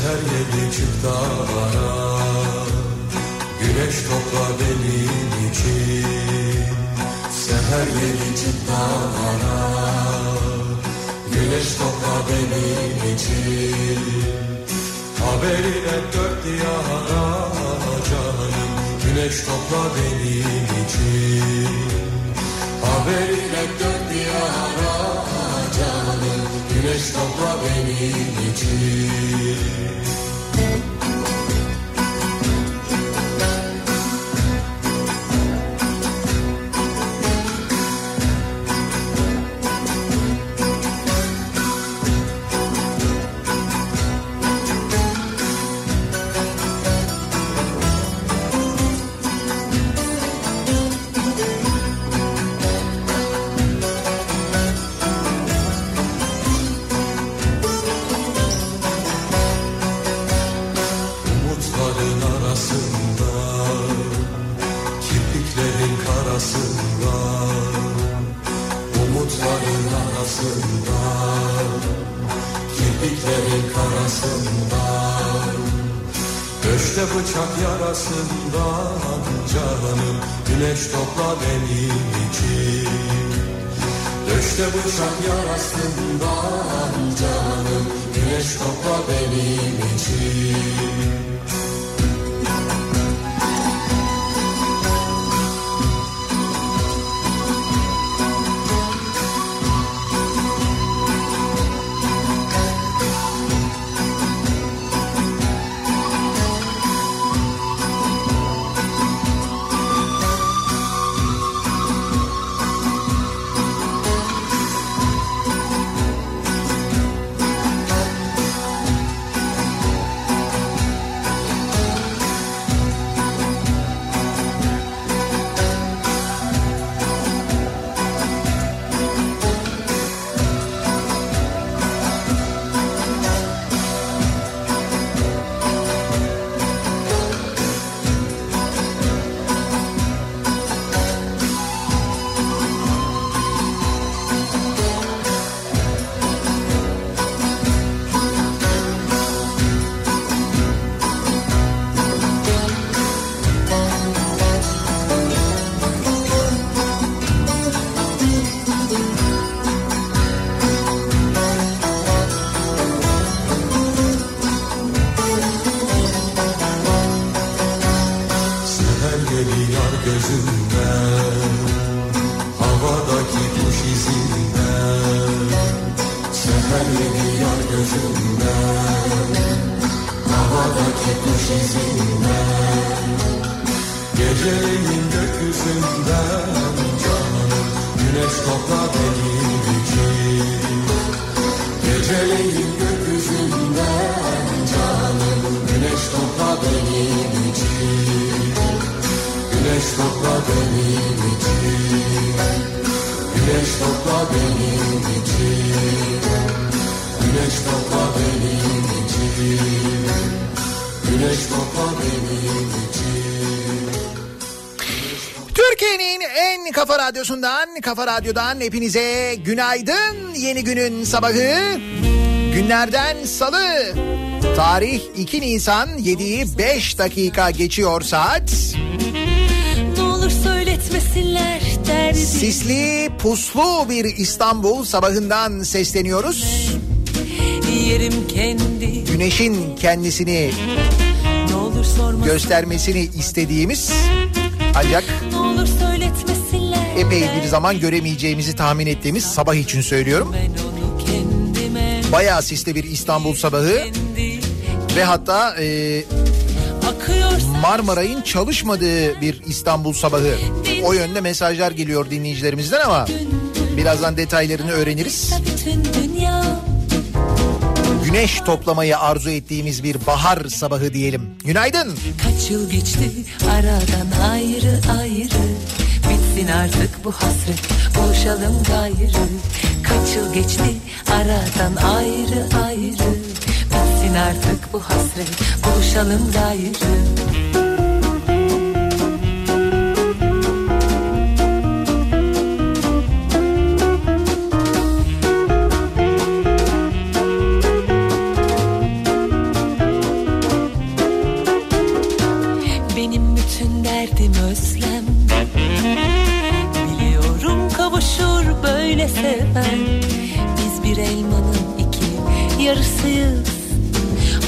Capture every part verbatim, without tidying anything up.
Seher yedi çık dağlara, güneş topla benim için. Seher yedi çık dağlara, güneş topla benim için. Haberi et dört diyara canım, güneş topla benim için. Haberi et dört diyara canım, güneş topla benim için. Döşte bıçak yarasından canım, güneş topla benim için. Döşte bıçak yarasından canım, güneş topla benim için. Radyosu'ndan, Kafa Radyo'dan hepinize günaydın. Yeni günün sabahı, günlerden salı. Tarih iki Nisan, yediyi beş dakika geçiyor saat. Ne olur söyletmesinler derdi. Sisli, puslu bir İstanbul sabahından sesleniyoruz. Yerim kendi. Güneşin kendisini ne olur göstermesini istediğimiz, ancak epey bir zaman göremeyeceğimizi tahmin ettiğimiz sabah için söylüyorum. Bayağı sisli bir İstanbul sabahı ve hatta e, Marmaray'ın çalışmadığı bir İstanbul sabahı. O yönde mesajlar geliyor dinleyicilerimizden ama birazdan detaylarını öğreniriz. Güneş toplamayı arzu ettiğimiz bir bahar sabahı diyelim. Günaydın. Kaç yıl geçti aradan ayrı ayrı. Bitsin artık bu hasret, buluşalım gayrı. Kaç yıl geçti aradan ayrı ayrı. Bitsin artık bu hasret, buluşalım gayrı.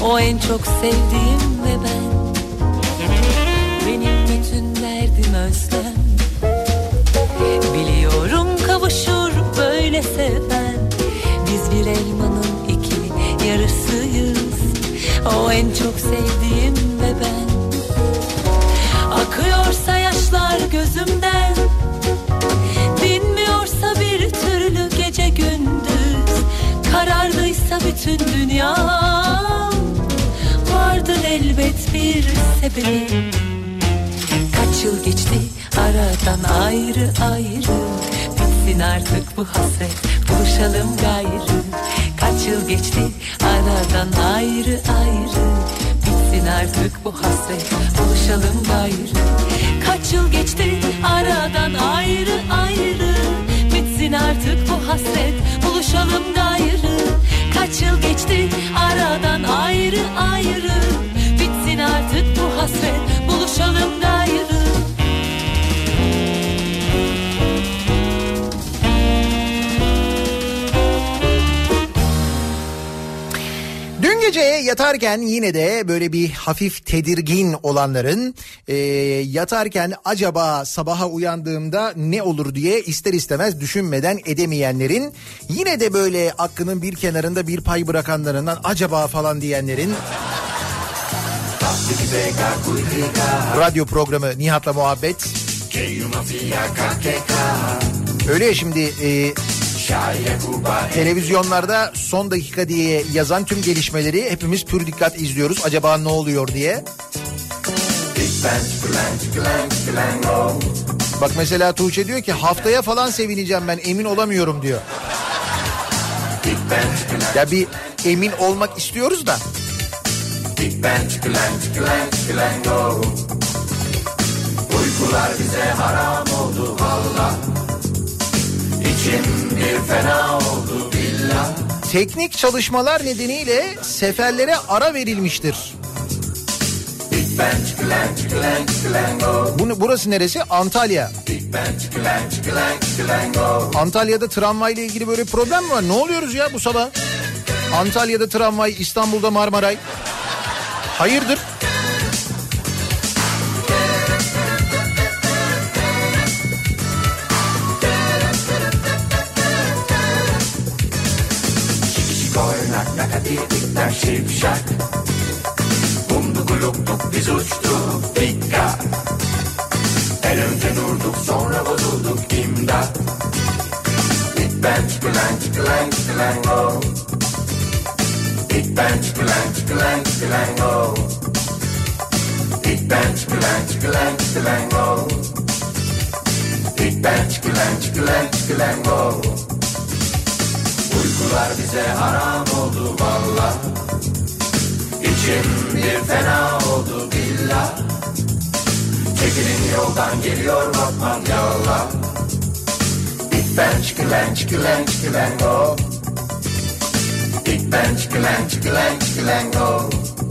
O en çok sevdiğim ve ben. Benim bütün derdim özlem. Biliyorum kavuşur böyle seven. Biz bir elmanın iki yarısıyız. O en çok sevdiğim ve ben. Akıyorsa yaşlar gözümden, dinmiyorsa bir türlü gece gündüz, karardıysa bütün dünyam, vardır elbet bir sebebi. Kaç yıl geçti aradan ayrı ayrı, bitsin artık bu hasret, buluşalım gayrı. Kaç yıl geçti aradan ayrı ayrı, bitsin artık bu hasret, buluşalım gayrı. Kaç yıl geçti aradan ayrı ayrı, bitsin artık bu hasret, buluşalım gayrı. Kaç yıl geçti aradan ayrı ayrı, bitsin artık bu hasret, buluşalım gayrı. Dün gece yatarken yine de böyle bir hafif tedirgin olanların, e, yatarken acaba sabaha uyandığımda ne olur diye ister istemez düşünmeden edemeyenlerin, yine de böyle aklının bir kenarında bir pay bırakanlarından acaba falan diyenlerin radyo programı Nihat'la Muhabbet. Öyle ya şimdi e, televizyonlarda son dakika diye yazan tüm gelişmeleri hepimiz pür dikkat izliyoruz. Acaba ne oluyor diye. Bak mesela Tuğçe diyor ki haftaya falan sevineceğim ben, emin olamıyorum diyor. Ya bir emin olmak istiyoruz da. Uykular bize haram oldu valla. İçim bir fena oldu billah. Teknik çalışmalar nedeniyle seferlere ara verilmiştir. Bunu, burası neresi? Antalya. Antalya'da tramvayla ilgili böyle problem mi var? Ne oluyoruz ya bu sabah? Antalya'da tramvay, İstanbul'da Marmaray. Hayırdır? Dikler şipşak, bumdu guluktuk biz uçtuk dikkat. En önce durduk sonra bozulduk imdat. Big bench klank klank klango. Big bench klank klank klango. Big bench klank klank klango. Big bench klank klank klango. Uykular bize haram oldu valla. İçim bir fena oldu billah. Çekilin yoldan geliyor Batman yallah. Big bench klank klank klango. Big bench klank klank klango.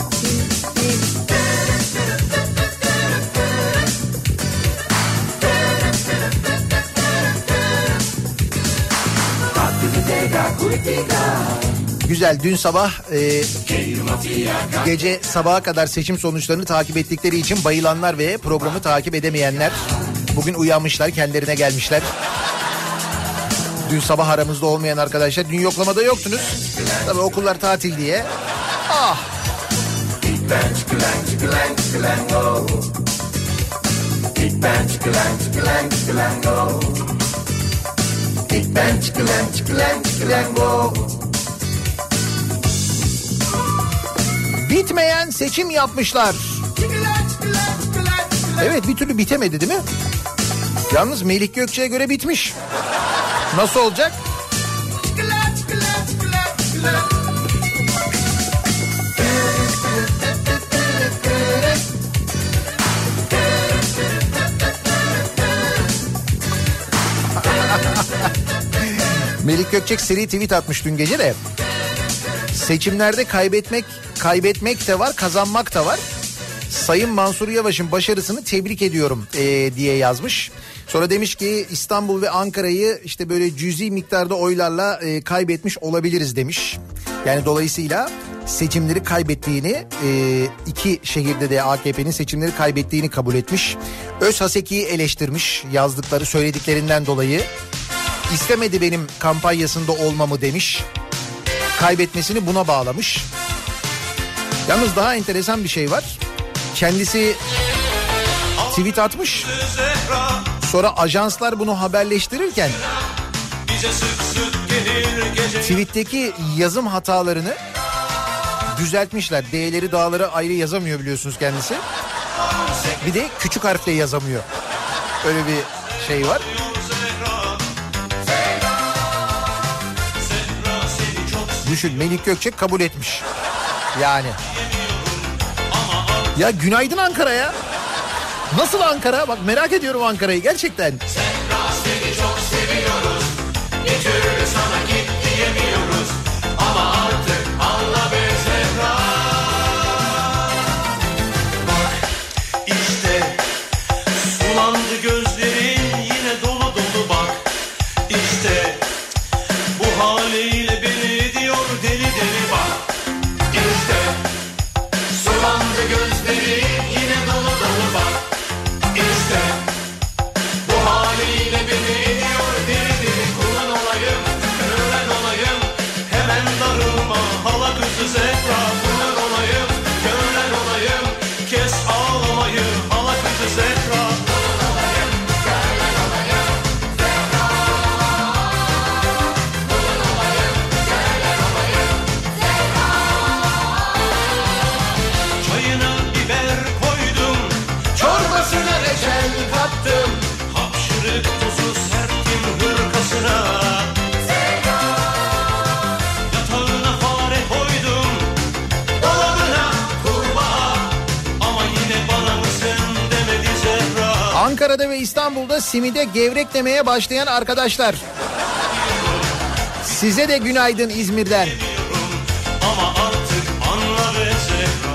Güzel, dün sabah e, gece sabaha kadar seçim sonuçlarını takip ettikleri için bayılanlar ve programı takip edemeyenler bugün uyanmışlar, kendilerine gelmişler. Dün sabah aramızda olmayan arkadaşlar, dün yoklamada yoktunuz. Tabii okullar tatil diye. Ah! Bitmeyen seçim yapmışlar. Evet, bir türlü bitemedi değil mi? Yalnız Melik Gökçe'ye göre bitmiş. Nasıl olacak? Melik Gökçek seri tweet atmış dün gece de. Seçimlerde kaybetmek kaybetmek de var, kazanmak da var. Sayın Mansur Yavaş'ın başarısını tebrik ediyorum ee, diye yazmış. Sonra demiş ki İstanbul ve Ankara'yı işte böyle cüzi miktarda oylarla e, kaybetmiş olabiliriz demiş. Yani dolayısıyla seçimleri kaybettiğini, iki şehirde de A K P'nin seçimleri kaybettiğini kabul etmiş. Özhaseki'yi eleştirmiş yazdıkları, söylediklerinden dolayı. İstemedi benim kampanyasında olmamı demiş. Kaybetmesini buna bağlamış. Yalnız daha enteresan bir şey var. Kendisi tweet atmış. Sonra ajanslar bunu haberleştirirken tweet'teki yazım hatalarını düzeltmişler. D'leri dağları ayrı yazamıyor biliyorsunuz kendisi. Bir de küçük harfle yazamıyor. Öyle bir şey var. Düşün, Melik Gökçek kabul etmiş. Yani. Ya günaydın Ankara ya. Nasıl Ankara? Bak merak ediyorum Ankara'yı gerçekten. Seni çok seviyoruz. Bir türlü sana git diyemiyoruz. Ama artık anla be Zehra. Bak işte sulandı gözlerin, yine dolu dolu bak. İşte bu haliyle beni ediyor deli deli bak. İşte sulandı gözlerin, yine dolu dolu bak. İşte bu haliyle beni ediyor deli deli. Kulun olayım, öğren olayım, hemen darılma hala kızı Zehra. Kulun olayım, öğren olayım, kes ağlamayı hala kızı Zehra. Kulun olayım, öğren olayım, Zehra. Kulun olayım, öğren olayım, Zehra. Çayına biber koydum, çorbasına reçel kattım. Hapşırık tuzu serptim hırkasına. Zehra. Yatağına fare koydum, dolabına kurbağa. Ama yine bana mısın demedi Zehra. Ankara'da ve İstanbul'da simide gevrek demeye başlayan arkadaşlar. Size de günaydın İzmir'den. Ama artık anla be Zehra.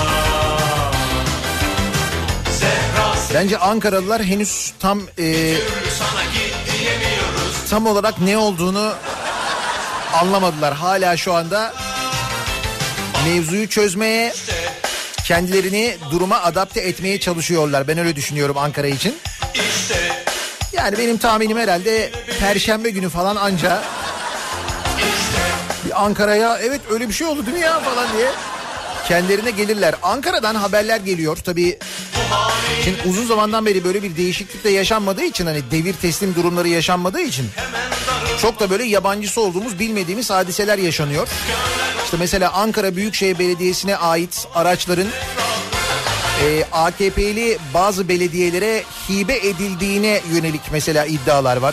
Zehra Bence Ankaralılar henüz tam e, sana git diyemiyoruz. tam olarak ne olduğunu anlamadılar. Hala şu anda mevzuyu çözmeye, kendilerini duruma adapte etmeye çalışıyorlar. Ben öyle düşünüyorum Ankara için. İşte Yani benim tahminim herhalde Perşembe günü falan anca bir Ankara'ya evet öyle bir şey oldu değil mi ya falan diye kendilerine gelirler. Ankara'dan haberler geliyor tabii. Şimdi uzun zamandan beri böyle bir değişiklik de yaşanmadığı için, hani devir teslim durumları yaşanmadığı için çok da böyle yabancısı olduğumuz, bilmediğimiz hadiseler yaşanıyor. İşte mesela Ankara Büyükşehir Belediyesi'ne ait araçların e, A K P'li bazı belediyelere hibe edildiğine yönelik mesela iddialar var.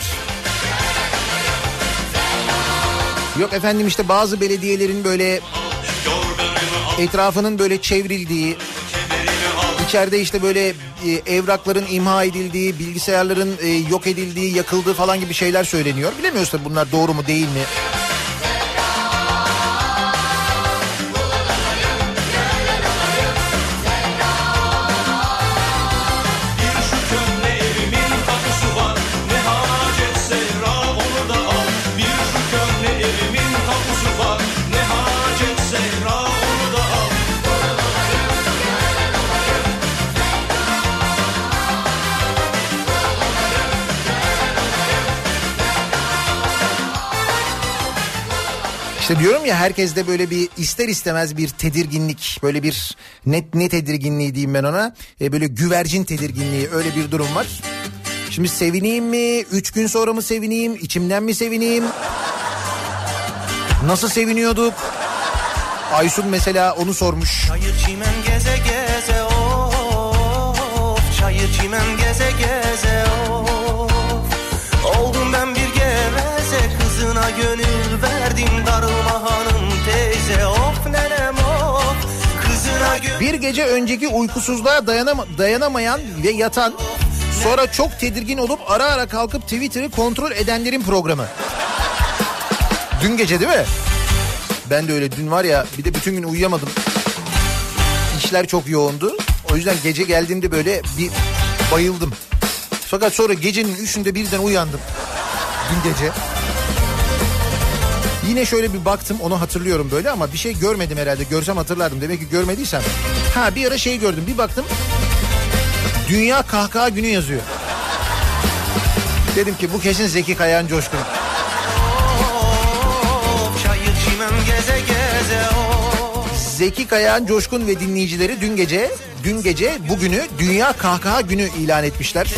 Yok efendim işte bazı belediyelerin böyle etrafının böyle çevrildiği, İçeride işte böyle e, evrakların imha edildiği, bilgisayarların e, yok edildiği, yakıldığı falan gibi şeyler söyleniyor. Bilemiyoruz tabii bunlar doğru mu değil mi? İşte diyorum ya, herkeste böyle bir ister istemez bir tedirginlik, böyle bir net ne tedirginliği diyeyim ben ona, e böyle güvercin tedirginliği, öyle bir durum var. Şimdi sevineyim mi, üç gün sonra mı sevineyim, içimden mi sevineyim, nasıl seviniyorduk? Aysun mesela onu sormuş. Çayır çimen geze geze of, çayır çimen geze geze of, oldum ben bir geveze, kızına gönül verdim, darılma hanım teyze, of nenem of, kızına gönül... Bir gece önceki uykusuzluğa dayanam- dayanamayan ve yatan, sonra çok tedirgin olup ara ara kalkıp Twitter'ı kontrol edenlerin programı. Dün gece değil mi? Ben de öyle, dün var ya, bir de bütün gün uyuyamadım. İşler çok yoğundu. O yüzden gece geldiğimde böyle bir bayıldım. Fakat sonra gecenin üçünde birden uyandım. Dün gece. Yine şöyle bir baktım, onu hatırlıyorum böyle ama bir şey görmedim herhalde. Görsem hatırlardım, demek ki görmediysem. Ha, bir ara şey gördüm, bir baktım. Dünya Kahkaha Günü yazıyor. Dedim ki bu kesin Zeki Kayan Coşkun. Zeki Kayan Coşkun ve dinleyicileri dün gece dün gece bugünü Dünya Kahkaha Günü ilan etmişler.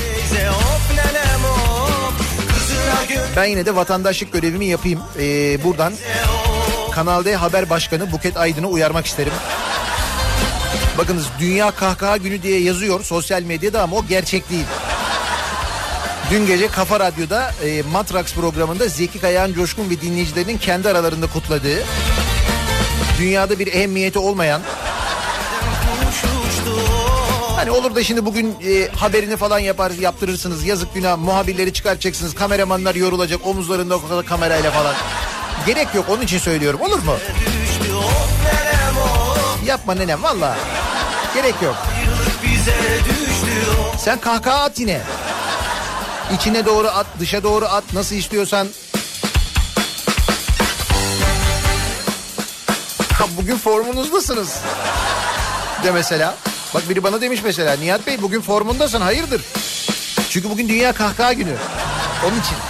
Ben yine de vatandaşlık görevimi yapayım. Ee, buradan Kanal D Haber Başkanı Buket Aydın'ı uyarmak isterim. Bakınız, Dünya Kahkaha Günü diye yazıyor sosyal medyada ama o gerçek değil. Dün gece Kafa Radyo'da e, Matrax programında Zeki Kayan Coşkun ve dinleyicilerinin kendi aralarında kutladığı, dünyada bir ehemmiyeti olmayan, hani olur da şimdi bugün e, haberini falan yapar yaptırırsınız, yazık günah, muhabirleri çıkartacaksınız, kameramanlar yorulacak omuzlarında o kadar kamerayla falan. Gerek yok, onun için söylüyorum, olur mu? Yapma nenem, valla gerek yok. Sen kahkaha at yine. İçine doğru at, dışa doğru at, nasıl istiyorsan. Bugün formunuzdasınız de mesela. Bak biri bana demiş mesela, Nihat Bey bugün formundasın, hayırdır? Çünkü bugün Dünya Kahkaha Günü. Onun için.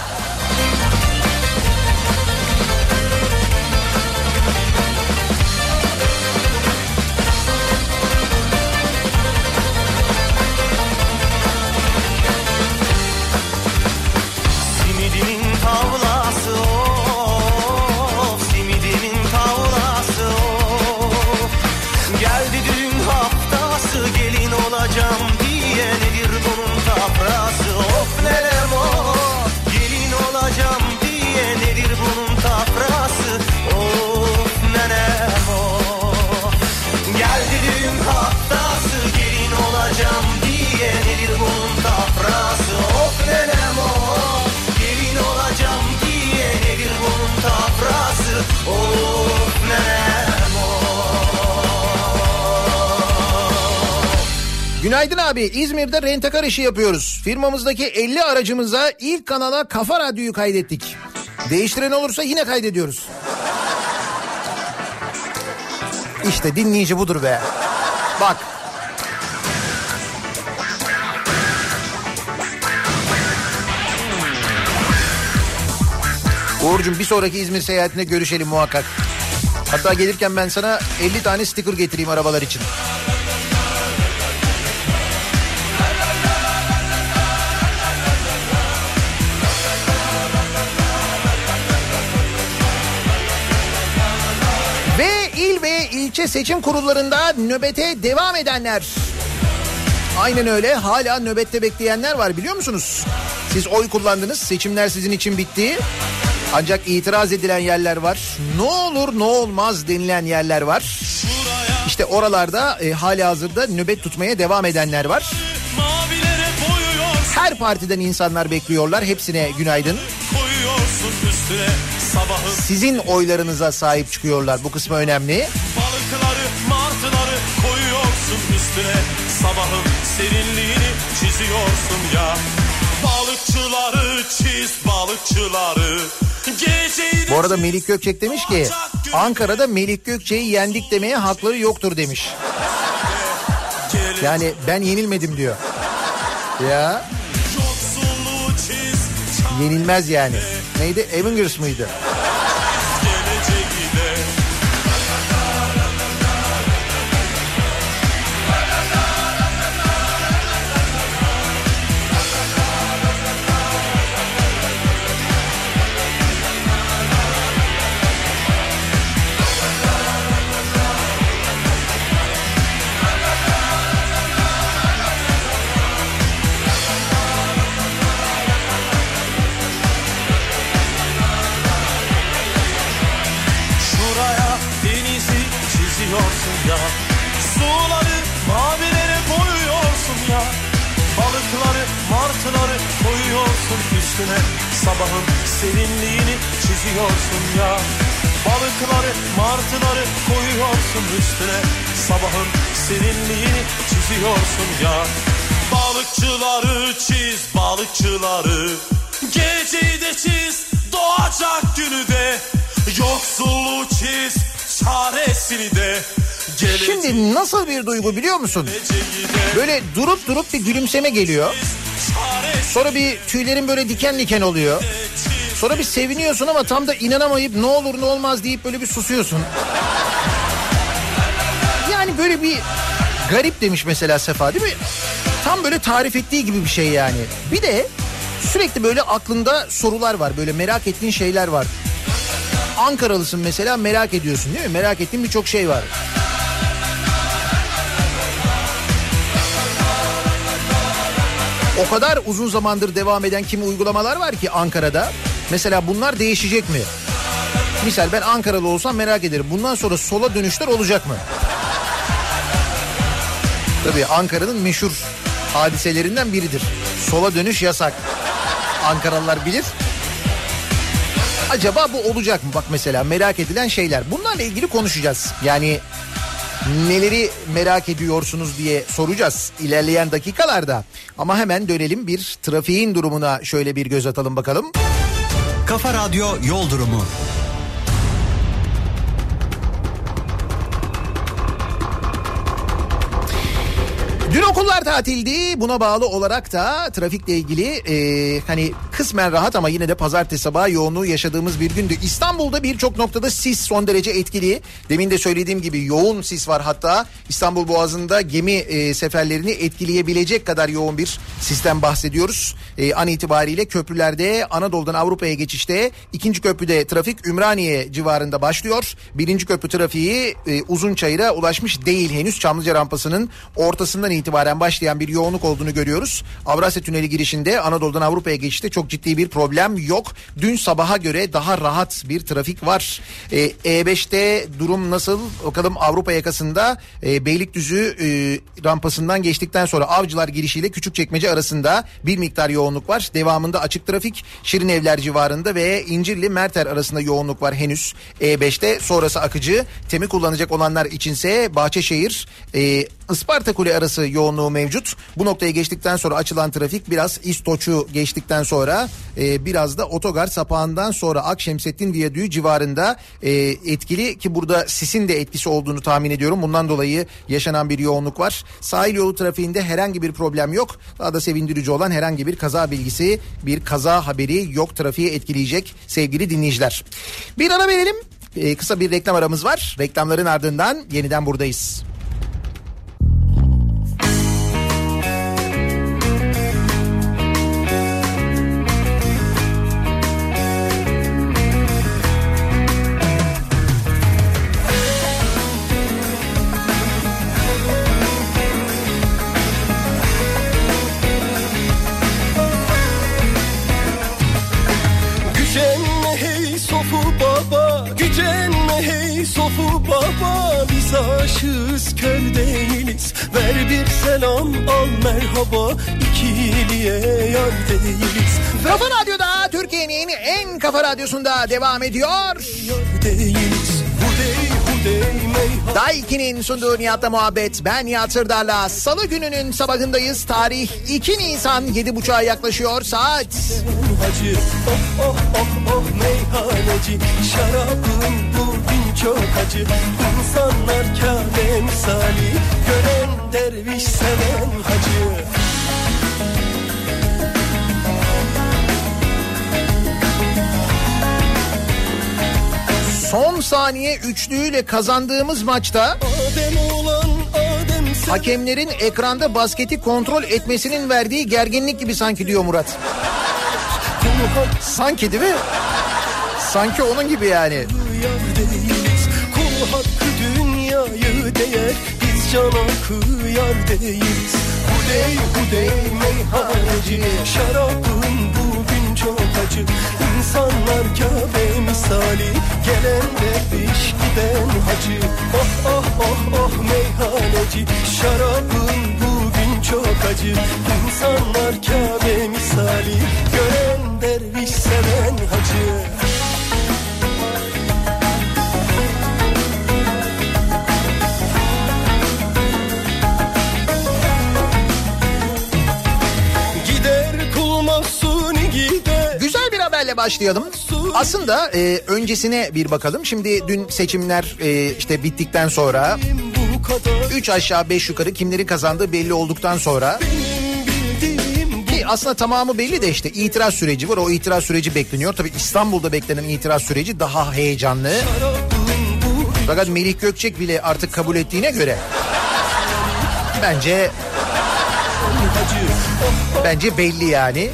Günaydın abi, İzmir'de rentakar işi yapıyoruz. Firmamızdaki elli aracımıza ilk kanala Kafa Radyo'yu kaydettik. Değiştiren olursa yine kaydediyoruz. İşte dinleyici budur be. Bak. Uğurcuğum, bir sonraki İzmir seyahatinde görüşelim muhakkak. Hatta gelirken ben sana elli tane sticker getireyim arabalar için. Ve il ve ilçe seçim kurullarında nöbete devam edenler. Aynen öyle, hala nöbette bekleyenler var, biliyor musunuz? Siz oy kullandınız, seçimler sizin için bitti. Ancak itiraz edilen yerler var. Ne olur ne olmaz denilen yerler var. İşte oralarda e, halihazırda nöbet tutmaya devam edenler var. Her partiden insanlar bekliyorlar. Hepsine günaydın. Sizin oylarınıza sahip çıkıyorlar. Bu kısmı önemli. Balıkları, martıları koyuyorsun üstüne. Sabahın serinliğini çiziyorsun ya. Balıkçıları çiz, balıkçıları. Bu arada Melik Gökçek demiş ki Ankara'da Melik Gökçek'i yendik demeye hakları yoktur demiş. Yani ben yenilmedim diyor. Ya. Yenilmez yani. Neydi? Avengers mıydı? Ya. Suları mavilere boyuyorsun ya. Balıkları, martıları koyuyorsun üstüne. Sabahın serinliğini çiziyorsun ya. Balıkları, martıları koyuyorsun üstüne. Sabahın serinliğini çiziyorsun ya. Balıkçıları çiz, balıkçıları. Geceyi de çiz, doğacak günü de. Yoksulluğu çiz, çaresini de. Şimdi nasıl bir duygu biliyor musun? Böyle durup durup bir gülümseme geliyor. Sonra bir tüylerin böyle diken diken oluyor. Sonra bir seviniyorsun ama tam da inanamayıp ne olur ne olmaz deyip böyle bir susuyorsun. Yani böyle bir garip demiş mesela Sefa, değil mi? Tam böyle tarif ettiği gibi bir şey yani. Bir de sürekli böyle aklında sorular var, böyle merak ettiğin şeyler var. Ankaralısın mesela, merak ediyorsun değil mi? Merak ettiğin birçok şey var. O kadar uzun zamandır devam eden kimi uygulamalar var ki Ankara'da. Mesela bunlar değişecek mi? Misal ben Ankaralı olsam merak ederim. Bundan sonra sola dönüşler olacak mı? Tabii Ankara'nın meşhur hadiselerinden biridir. Sola dönüş yasak. Ankaralılar bilir. Acaba bu olacak mı? Bak mesela merak edilen şeyler. Bunlarla ilgili konuşacağız. Yani neleri merak ediyorsunuz diye soracağız ilerleyen dakikalarda. Ama hemen dönelim bir trafiğin durumuna, şöyle bir göz atalım bakalım. Kafa Radyo Yol Durumu. Dün okullar tatildi. Buna bağlı olarak da trafikle ilgili e, hani kısmen rahat ama yine de pazartesi sabahı yoğunluğu yaşadığımız bir gündü. İstanbul'da birçok noktada sis son derece etkili. Demin de söylediğim gibi yoğun sis var, hatta İstanbul Boğazı'nda gemi e, seferlerini etkileyebilecek kadar yoğun bir sisten bahsediyoruz. E, an itibariyle köprülerde Anadolu'dan Avrupa'ya geçişte ikinci köprüde trafik Ümraniye civarında başlıyor. Birinci köprü trafiği e, Uzunçayır'a ulaşmış değil henüz. Çamlıca rampasının ortasından itibaren başlayan bir yoğunluk olduğunu görüyoruz. Avrasya Tüneli girişinde Anadolu'dan Avrupa'ya geçişte çok ciddi bir problem yok. Dün sabaha göre daha rahat bir trafik var. Ee, E beşte durum nasıl? Bakalım Avrupa yakasında e, Beylikdüzü e, rampasından geçtikten sonra Avcılar girişiyle Küçükçekmece arasında bir miktar yoğunluk var. Devamında açık trafik Şirinevler civarında ve İncirli Merter arasında yoğunluk var henüz E beşte. Sonrası akıcı. Temi kullanacak olanlar içinse Bahçeşehir e, Isparta Kule arası yoğunluğu mevcut. Bu noktaya geçtikten sonra açılan trafik biraz İstoç'u geçtikten sonra e, biraz da otogar sapağından sonra Akşemsettin Viyadüğü civarında e, etkili, ki burada sisin de etkisi olduğunu tahmin ediyorum. Bundan dolayı yaşanan bir yoğunluk var. Sahil yolu trafiğinde herhangi bir problem yok. Daha da sevindirici olan herhangi bir kaza bilgisi, bir kaza haberi yok trafiği etkileyecek sevgili dinleyiciler. Bir ara verelim. E, kısa bir reklam aramız var. Reklamların ardından yeniden buradayız. Sofu baba, biz aşığız kör değiliz. Ver bir selam al merhaba, ikiliye yar değiliz. Ver... Kafa Radyo'da, Türkiye'nin en kafa radyosunda devam ediyor. Yar değiliz. Hudey hudey meyhan. Daiki'nin sunduğu Nihat'la muhabbet. Ben Nihat Sırdar'la Salı gününün sabahındayız. Tarih iki Nisan, yedi buçuğa yaklaşıyor saat. Hacı, oh oh oh oh meyhaneci, şarabın bugün çok acı. İnsanlar Kabe misali, gören derviş seven hacı. Son saniye üçlüğüyle kazandığımız maçta Adem olan Adem sen... hakemlerin ekranda basketi kontrol etmesinin verdiği gerginlik gibi sanki diyor Murat. Sanki değil mi? Sanki onun gibi yani. Kul hakkı dünyayı değer, biz cana kıyar değiliz. Hudey hudey meyhaneci, şarabın bugün çok acı. İnsanlar Kabe misali, gelen derviş giden hacı. Oh oh oh oh meyhaneci, şarabın bugün çok acı. İnsanlar Kabe misali, gören derviş seven hacı. başlayalım. Aslında e, öncesine bir bakalım. Şimdi dün seçimler e, işte bittikten sonra üç aşağı beş yukarı kimlerin kazandığı belli olduktan sonra ki aslında tamamı belli de işte itiraz süreci var. O itiraz süreci bekleniyor. Tabii İstanbul'da beklenen itiraz süreci daha heyecanlı. Fakat Melih Gökçek bile artık kabul ettiğine göre bence bence belli yani.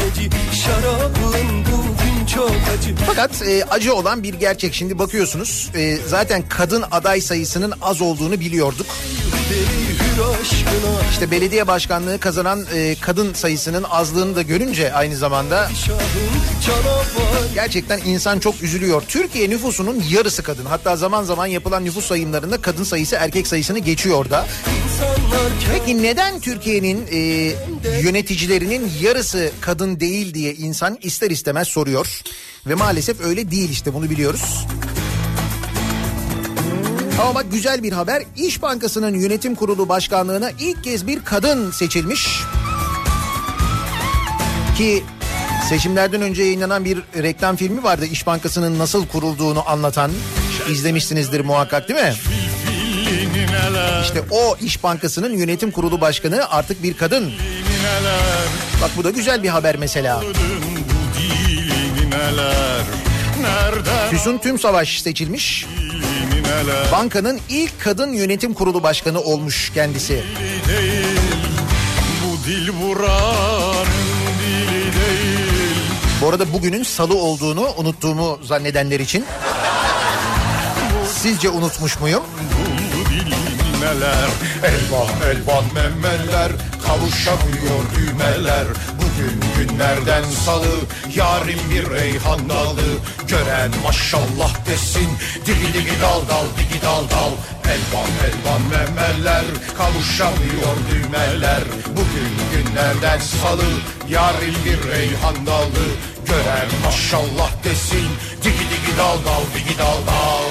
Fakat e, acı olan bir gerçek. Şimdi bakıyorsunuz e, zaten kadın aday sayısının az olduğunu biliyorduk. İşte belediye başkanlığı kazanan e, kadın sayısının azlığını da görünce aynı zamanda gerçekten insan çok üzülüyor. Türkiye nüfusunun yarısı kadın. Hatta zaman zaman yapılan nüfus sayımlarında kadın sayısı erkek sayısını geçiyor da. Peki neden Türkiye'nin e, yöneticilerinin yarısı kadın değil diye insan ister istemez soruyor. Ve maalesef öyle değil, işte bunu biliyoruz. Ama bak güzel bir haber. İş Bankası'nın yönetim kurulu başkanlığına ilk kez bir kadın seçilmiş. Ki seçimlerden önce yayınlanan bir reklam filmi vardı. İş Bankası'nın nasıl kurulduğunu anlatan. İzlemişsinizdir muhakkak, değil mi? İşte o İş Bankası'nın yönetim kurulu başkanı artık bir kadın. Bak bu da güzel bir haber mesela. Füsun Tümsavaş seçilmiş. Bankanın ilk kadın yönetim kurulu başkanı olmuş kendisi. Bu dil buranın dili değil. Bu arada bugünün salı olduğunu unuttuğumu zannedenler için. Sizce unutmuş muyum? Neler, elvan elvan memeler, kavuşamıyor düğmeler. Bugün günlerden salı, yarın bir reyhan dalı. Gören maşallah desin, digi digi dal dal digi dal dal. Elvan elvan memeler, kavuşamıyor düğmeler. Bugün günlerden salı, yarın bir reyhan dalı. Gören maşallah desin, digi digi dal dal digi dal dal.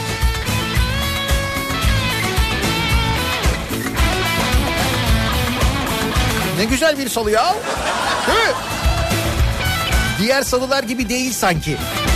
Ne güzel bir salı ya. Değil mi? Diğer salılar gibi değil sanki.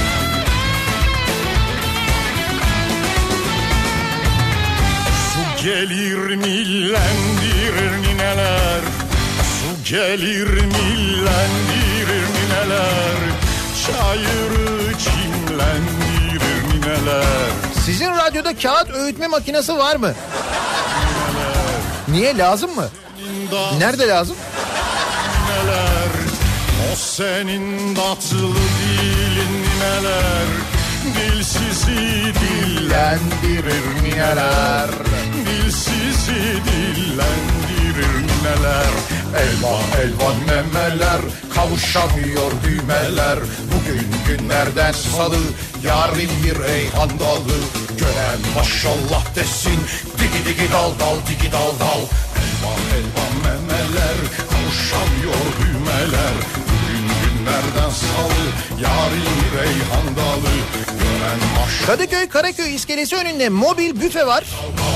Su gelir millendirir nineler. Su gelir millendirir nineler. Çayırı çimlendirir nineler. Sizin radyoda kağıt öğütme makinesi var mı? Niye, lazım mı? Nerede lazım? Neler, o senin tatlı dilin neler, dilsizi dillendirir nineler, dilsizi dillendirir nineler. Elvan elvan memeler, kavuşamıyor düğmeler. Bugün günlerden salı, yarın bir reyhan dalı. Gören maşallah desin, digi digi dal dal digi dal dal. Elvan elvan memeler, kavuşamıyor düğmeler. Bugün günlerden salı, yarın bir reyhan dalı. Gören maşallah. Kadıköy Karaköy iskelesi önünde mobil büfe var.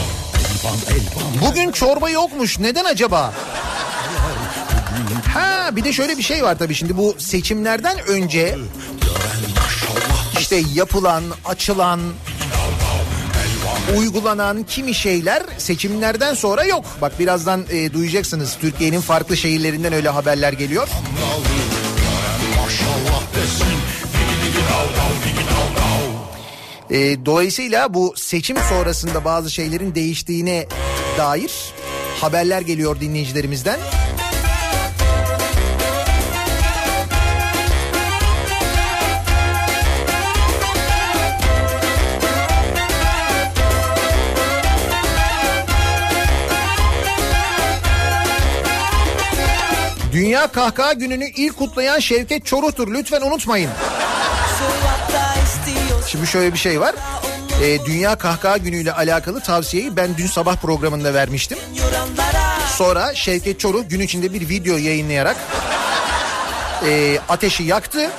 Bugün çorba yokmuş. Neden acaba? Ha, bir de şöyle bir şey var tabii, şimdi bu seçimlerden önce işte yapılan, açılan, uygulanan kimi şeyler seçimlerden sonra yok. Bak birazdan e, duyacaksınız, Türkiye'nin farklı şehirlerinden öyle haberler geliyor. E, dolayısıyla bu seçim sonrasında bazı şeylerin değiştiğine dair haberler geliyor dinleyicilerimizden. Dünya Kahkaha Günü'nü ilk kutlayan Şevket Çoruh'tur. Lütfen unutmayın. Şimdi şöyle bir şey var. Ee, Dünya Kahkaha Günü ile alakalı tavsiyeyi ben dün sabah programında vermiştim. Sonra Şevket Çoruh gün içinde bir video yayınlayarak e, ateşi yaktı.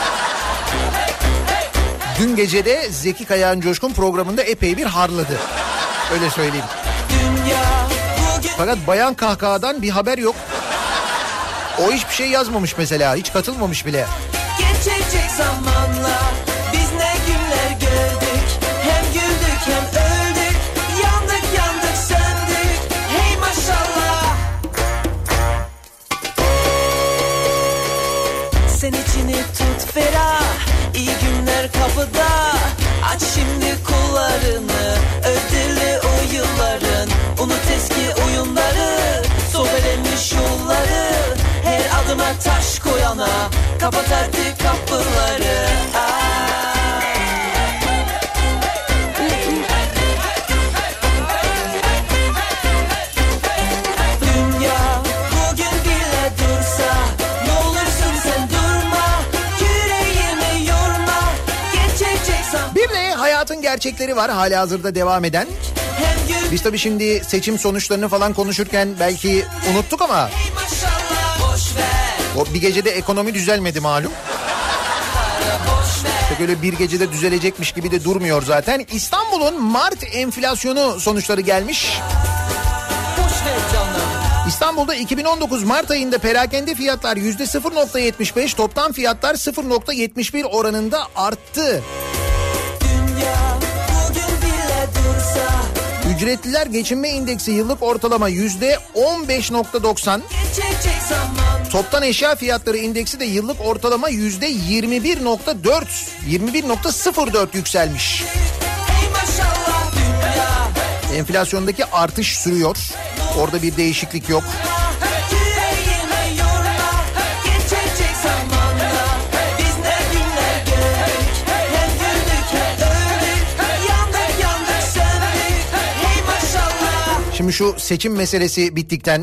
Dün gece de Zeki Kayağan Coşkun programında epey bir harladı. Öyle söyleyeyim. Fakat Bayan Kahkaha'dan bir haber yok. O hiçbir şey yazmamış mesela. Hiç katılmamış bile. Geçecek zamanla. Biz ne günler gördük, hem güldük hem öldük. Yandık yandık söndük, hey maşallah. Sen içini tut ferah, iyi günler kapıda. Aç şimdi kollarını, ödüllü o yılların. Unut eski oyunları, sobelenmiş yolları. Her adıma taş koyana, kapat artık kapıları. Dünya bugün bile dursa, ne olursun sen durma. Yüreğimi yorma, geçecek zaman. Bir de hayatın gerçekleri var halihazırda devam eden. Biz tabii şimdi seçim sonuçlarını falan konuşurken belki unuttuk ama o bir gecede ekonomi düzelmedi malum. Pek öyle bir gecede düzelecekmiş gibi de durmuyor zaten. İstanbul'un Mart enflasyonu sonuçları gelmiş. İstanbul'da iki bin on dokuz Mart ayında perakende fiyatlar yüzde sıfır virgül yetmiş beş, toptan fiyatlar sıfır virgül yetmiş bir oranında arttı. Ücretliler geçinme indeksi yıllık ortalama yüzde on beş virgül doksan. Toptan eşya fiyatları indeksi de yıllık ortalama yüzde yirmi bir virgül dört, yirmi bir virgül sıfır dört yükselmiş. Enflasyondaki artış sürüyor. Orada bir değişiklik yok. Şimdi şu seçim meselesi bittikten,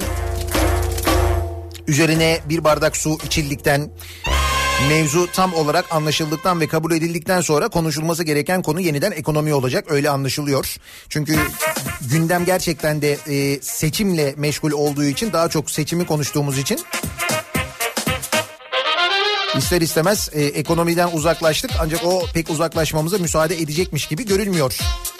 üzerine bir bardak su içildikten, mevzu tam olarak anlaşıldıktan ve kabul edildikten sonra konuşulması gereken konu yeniden ekonomi olacak. Öyle anlaşılıyor. Çünkü gündem gerçekten de e, seçimle meşgul olduğu için, daha çok seçimi konuştuğumuz için ister istemez e, ekonomiden uzaklaştık. Ancak o pek uzaklaşmamıza müsaade edecekmiş gibi görünmüyor.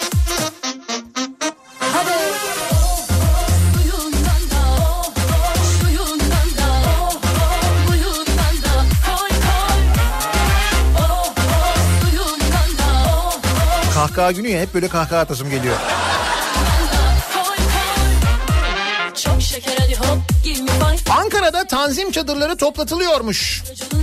Kahkaha günü ya, hep böyle kahkaha atasım geliyor. Ankara'da tanzim çadırları toplatılıyormuş.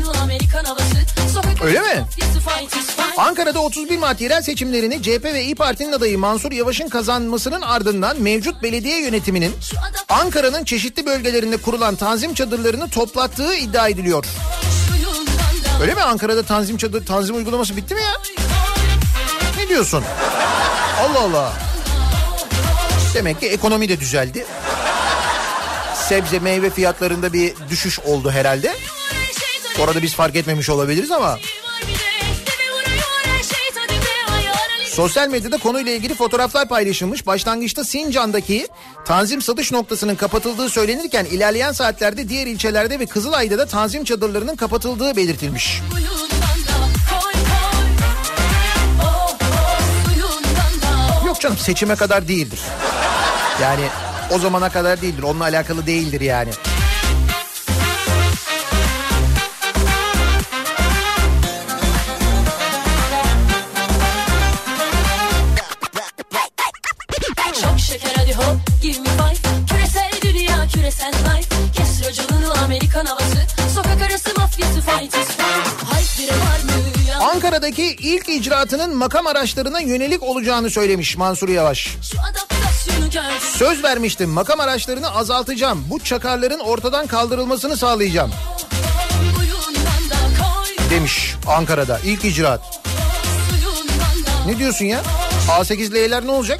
Öyle mi? Ankara'da otuz bir Mart yerel seçimlerini C H P ve İYİ Parti'nin adayı Mansur Yavaş'ın kazanmasının ardından mevcut belediye yönetiminin Ankara'nın çeşitli bölgelerinde kurulan tanzim çadırlarını toplattığı iddia ediliyor. Öyle mi? Ankara'da tanzim çadır, tanzim uygulaması bitti mi ya? Ne diyorsun? Allah Allah. Demek ki ekonomi de düzeldi. Sebze meyve fiyatlarında bir düşüş oldu herhalde. Orada biz fark etmemiş olabiliriz ama. Sosyal medyada konuyla ilgili fotoğraflar paylaşılmış. Başlangıçta Sincan'daki tanzim satış noktasının kapatıldığı söylenirken ilerleyen saatlerde diğer ilçelerde ve Kızılay'da da tanzim çadırlarının kapatıldığı belirtilmiş. Yok canım, seçime kadar değildir. Yani o zamana kadar değildir. Onunla alakalı değildir yani. Çok şeker hadi hop give me five. Küresel dünya küresel life. Kes racununu Amerikan havası. Sokak arası mafyası fight is fight. Hayt biri var mı? Ankara'daki ilk icraatının makam araçlarına yönelik olacağını söylemiş Mansur Yavaş. Söz vermiştim, makam araçlarını azaltacağım. Bu çakarların ortadan kaldırılmasını sağlayacağım demiş Ankara'da ilk icraat. Ne diyorsun ya? A sekiz L'ler ne olacak?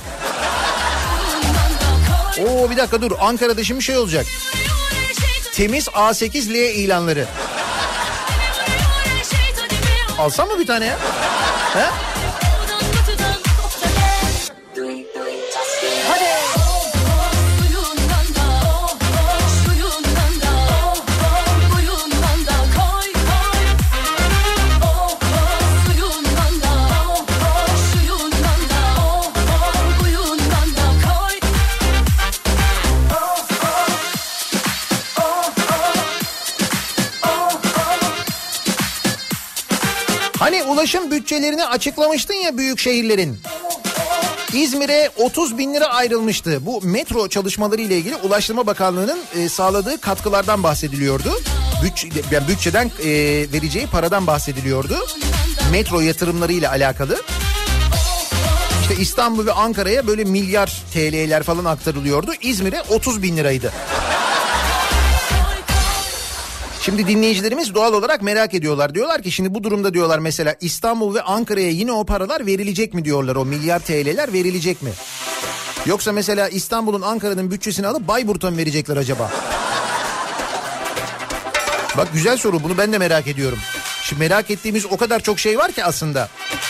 Oo bir dakika dur, Ankara'da şimdi şey olacak. Temiz A sekiz L ilanları. Alsam mı bir tane ya? He? ulaşım bütçelerini açıklamıştın ya büyük şehirlerin. İzmir'e otuz bin lira ayrılmıştı. Bu metro çalışmaları ile ilgili Ulaştırma Bakanlığı'nın e, sağladığı katkılardan bahsediliyordu. Bütçe, yani bütçeden e, vereceği paradan bahsediliyordu. Metro yatırımları ile alakalı. İşte İstanbul ve Ankara'ya böyle milyar T L'ler falan aktarılıyordu. İzmir'e otuz bin liraydı. Şimdi dinleyicilerimiz doğal olarak merak ediyorlar. Diyorlar ki şimdi bu durumda diyorlar mesela İstanbul ve Ankara'ya yine o paralar verilecek mi diyorlar. O milyar T L'ler verilecek mi? Yoksa mesela İstanbul'un Ankara'nın bütçesini alıp Bayburt'a mı verecekler acaba? Bak güzel soru, bunu ben de merak ediyorum. Şimdi merak ettiğimiz o kadar çok şey var ki aslında.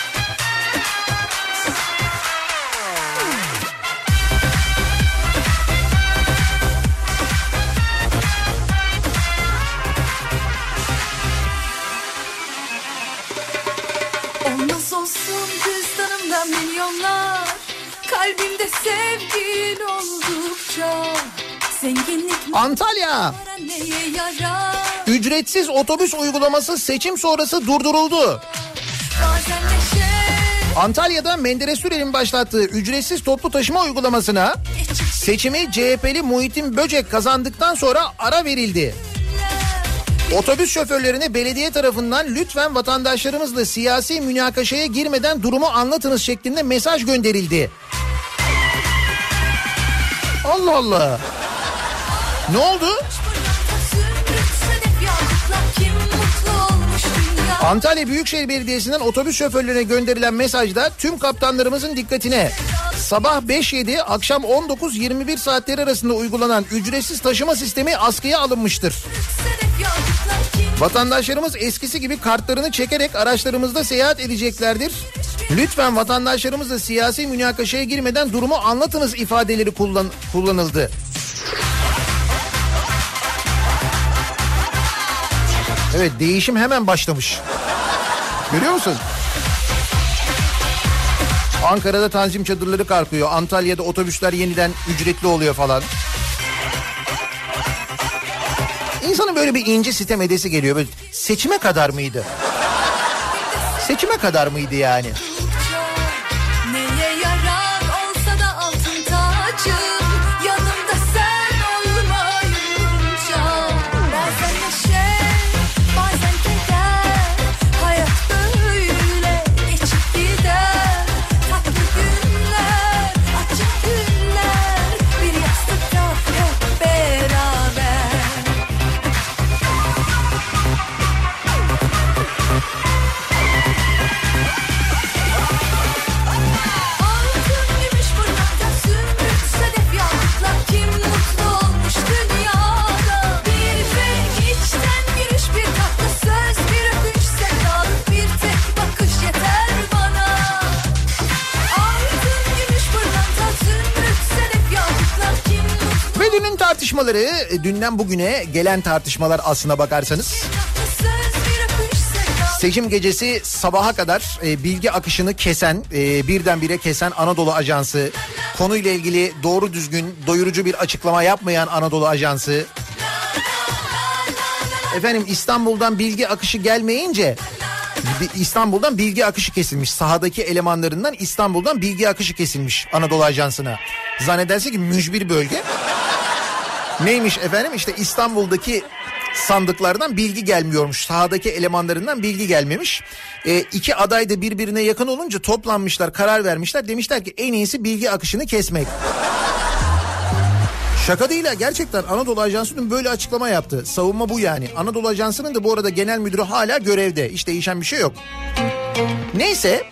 Milyonlar kalbimde sevgin oldukça zenginlik. Antalya ücretsiz otobüs uygulaması seçim sonrası durduruldu. Antalya'da Menderes Sürel'in başlattığı ücretsiz toplu taşıma uygulamasına seçimi C H P'li Muhittin Böcek kazandıktan sonra ara verildi. Otobüs şoförlerine belediye tarafından lütfen vatandaşlarımızla siyasi münakaşaya girmeden durumu anlatınız şeklinde mesaj gönderildi. Allah Allah. Ne oldu? Antalya Büyükşehir Belediyesi'nden otobüs şoförlerine gönderilen mesajda tüm kaptanlarımızın dikkatine sabah beş yedi akşam on dokuz yirmi bir saatleri arasında uygulanan ücretsiz taşıma sistemi askıya alınmıştır. Vatandaşlarımız eskisi gibi kartlarını çekerek araçlarımızda seyahat edeceklerdir. Lütfen vatandaşlarımızla siyasi münakaşaya girmeden durumu anlatınız ifadeleri kullan- kullanıldı. Evet, değişim hemen başlamış. Görüyor musun? Ankara'da tanzim çadırları kalkıyor. Antalya'da otobüsler yeniden ücretli oluyor falan. İnsanın böyle bir ince sitem edesi geliyor. Böyle seçime kadar mıydı? Seçime kadar mıydı yani? Neye yarar olsa da altın tacım, yanımda sen olmayınca. Bazen neşe, bazen keder, hayat böyle geçip gider. Tatlı günler, acı günler, bir yastıkta hep beraber. Ve dünün tartışmaları, dünden bugüne gelen tartışmalar aslına bakarsanız. Seçim gecesi sabaha kadar e, bilgi akışını kesen, e, birdenbire kesen Anadolu Ajansı, konuyla ilgili doğru düzgün, doyurucu bir açıklama yapmayan Anadolu Ajansı. Efendim İstanbul'dan bilgi akışı gelmeyince İstanbul'dan bilgi akışı kesilmiş. Sahadaki elemanlarından İstanbul'dan bilgi akışı kesilmiş Anadolu Ajansı'na. Zannederse ki mücbir bölge. Neymiş efendim? İşte İstanbul'daki sandıklardan bilgi gelmiyormuş. Sahadaki elemanlarından bilgi gelmemiş. E, iki aday da birbirine yakın olunca toplanmışlar, karar vermişler. Demişler ki en iyisi bilgi akışını kesmek. Şaka değil ha, gerçekten Anadolu Ajansı'nın böyle açıklama yaptı. Savunma bu yani. Anadolu Ajansı'nın da bu arada genel müdürü hala görevde. Hiç değişen bir şey yok. Neyse.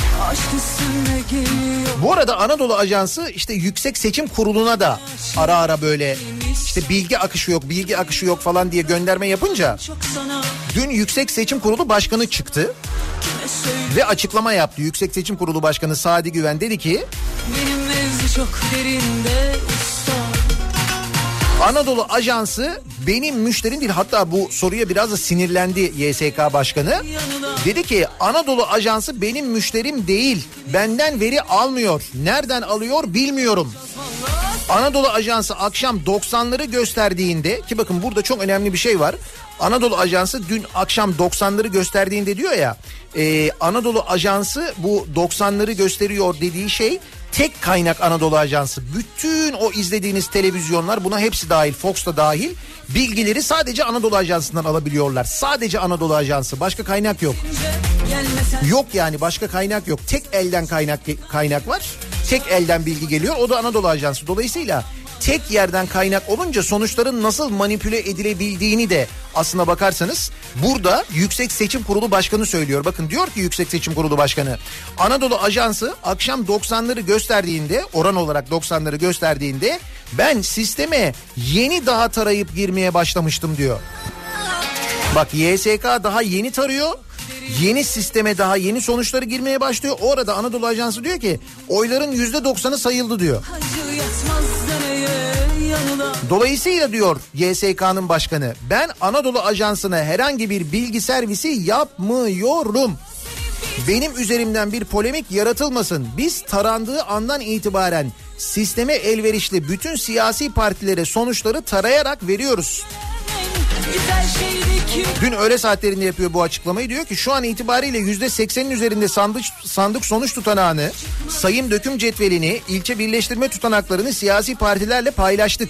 Bu arada Anadolu Ajansı işte Yüksek Seçim Kurulu'na da ara ara böyle işte bilgi akışı yok, bilgi akışı yok falan diye gönderme yapınca dün Yüksek Seçim Kurulu Başkanı çıktı ve açıklama yaptı. Yüksek Seçim Kurulu Başkanı Sadi Güven dedi ki benim mevzu çok derinde usta. Anadolu Ajansı benim müşterim değil. Hatta bu soruya biraz da sinirlendi Y S K Başkanı. Dedi ki Anadolu Ajansı benim müşterim değil. Benden veri almıyor. Nereden alıyor bilmiyorum. Anadolu Ajansı akşam doksanları gösterdiğinde, ki bakın burada çok önemli bir şey var. Anadolu Ajansı dün akşam doksanları gösterdiğinde diyor ya, e, Anadolu Ajansı bu doksanları gösteriyor dediği şey tek kaynak Anadolu Ajansı. Bütün o izlediğiniz televizyonlar, buna hepsi dahil, Fox da dahil, bilgileri sadece Anadolu Ajansı'ndan alabiliyorlar. Sadece Anadolu Ajansı, başka kaynak yok. Yok yani, başka kaynak yok. Tek elden kaynak kaynak var. Tek elden bilgi geliyor, o da Anadolu Ajansı. Dolayısıyla tek yerden kaynak olunca sonuçların nasıl manipüle edilebildiğini de aslına bakarsanız burada Yüksek Seçim Kurulu Başkanı söylüyor. Bakın diyor ki Yüksek Seçim Kurulu Başkanı, Anadolu Ajansı akşam doksanları gösterdiğinde, oran olarak doksanları gösterdiğinde ben sisteme yeni daha tarayıp girmeye başlamıştım diyor. Bak, Y S K daha yeni tarıyor. Yeni sisteme daha yeni sonuçları girmeye başlıyor. Orada Anadolu Ajansı diyor ki oyların yüzde doksanı sayıldı diyor. Dolayısıyla diyor Y S K'nın başkanı, ben Anadolu Ajansı'na herhangi bir bilgi servisi yapmıyorum. Benim üzerimden bir polemik yaratılmasın. Biz tarandığı andan itibaren sisteme elverişli bütün siyasi partilere sonuçları tarayarak veriyoruz. Dün öğle saatlerinde yapıyor bu açıklamayı, diyor ki şu an itibariyle yüzde seksenin üzerinde sandık, sandık sonuç tutanağını, sayım döküm cetvelini, ilçe birleştirme tutanaklarını siyasi partilerle paylaştık.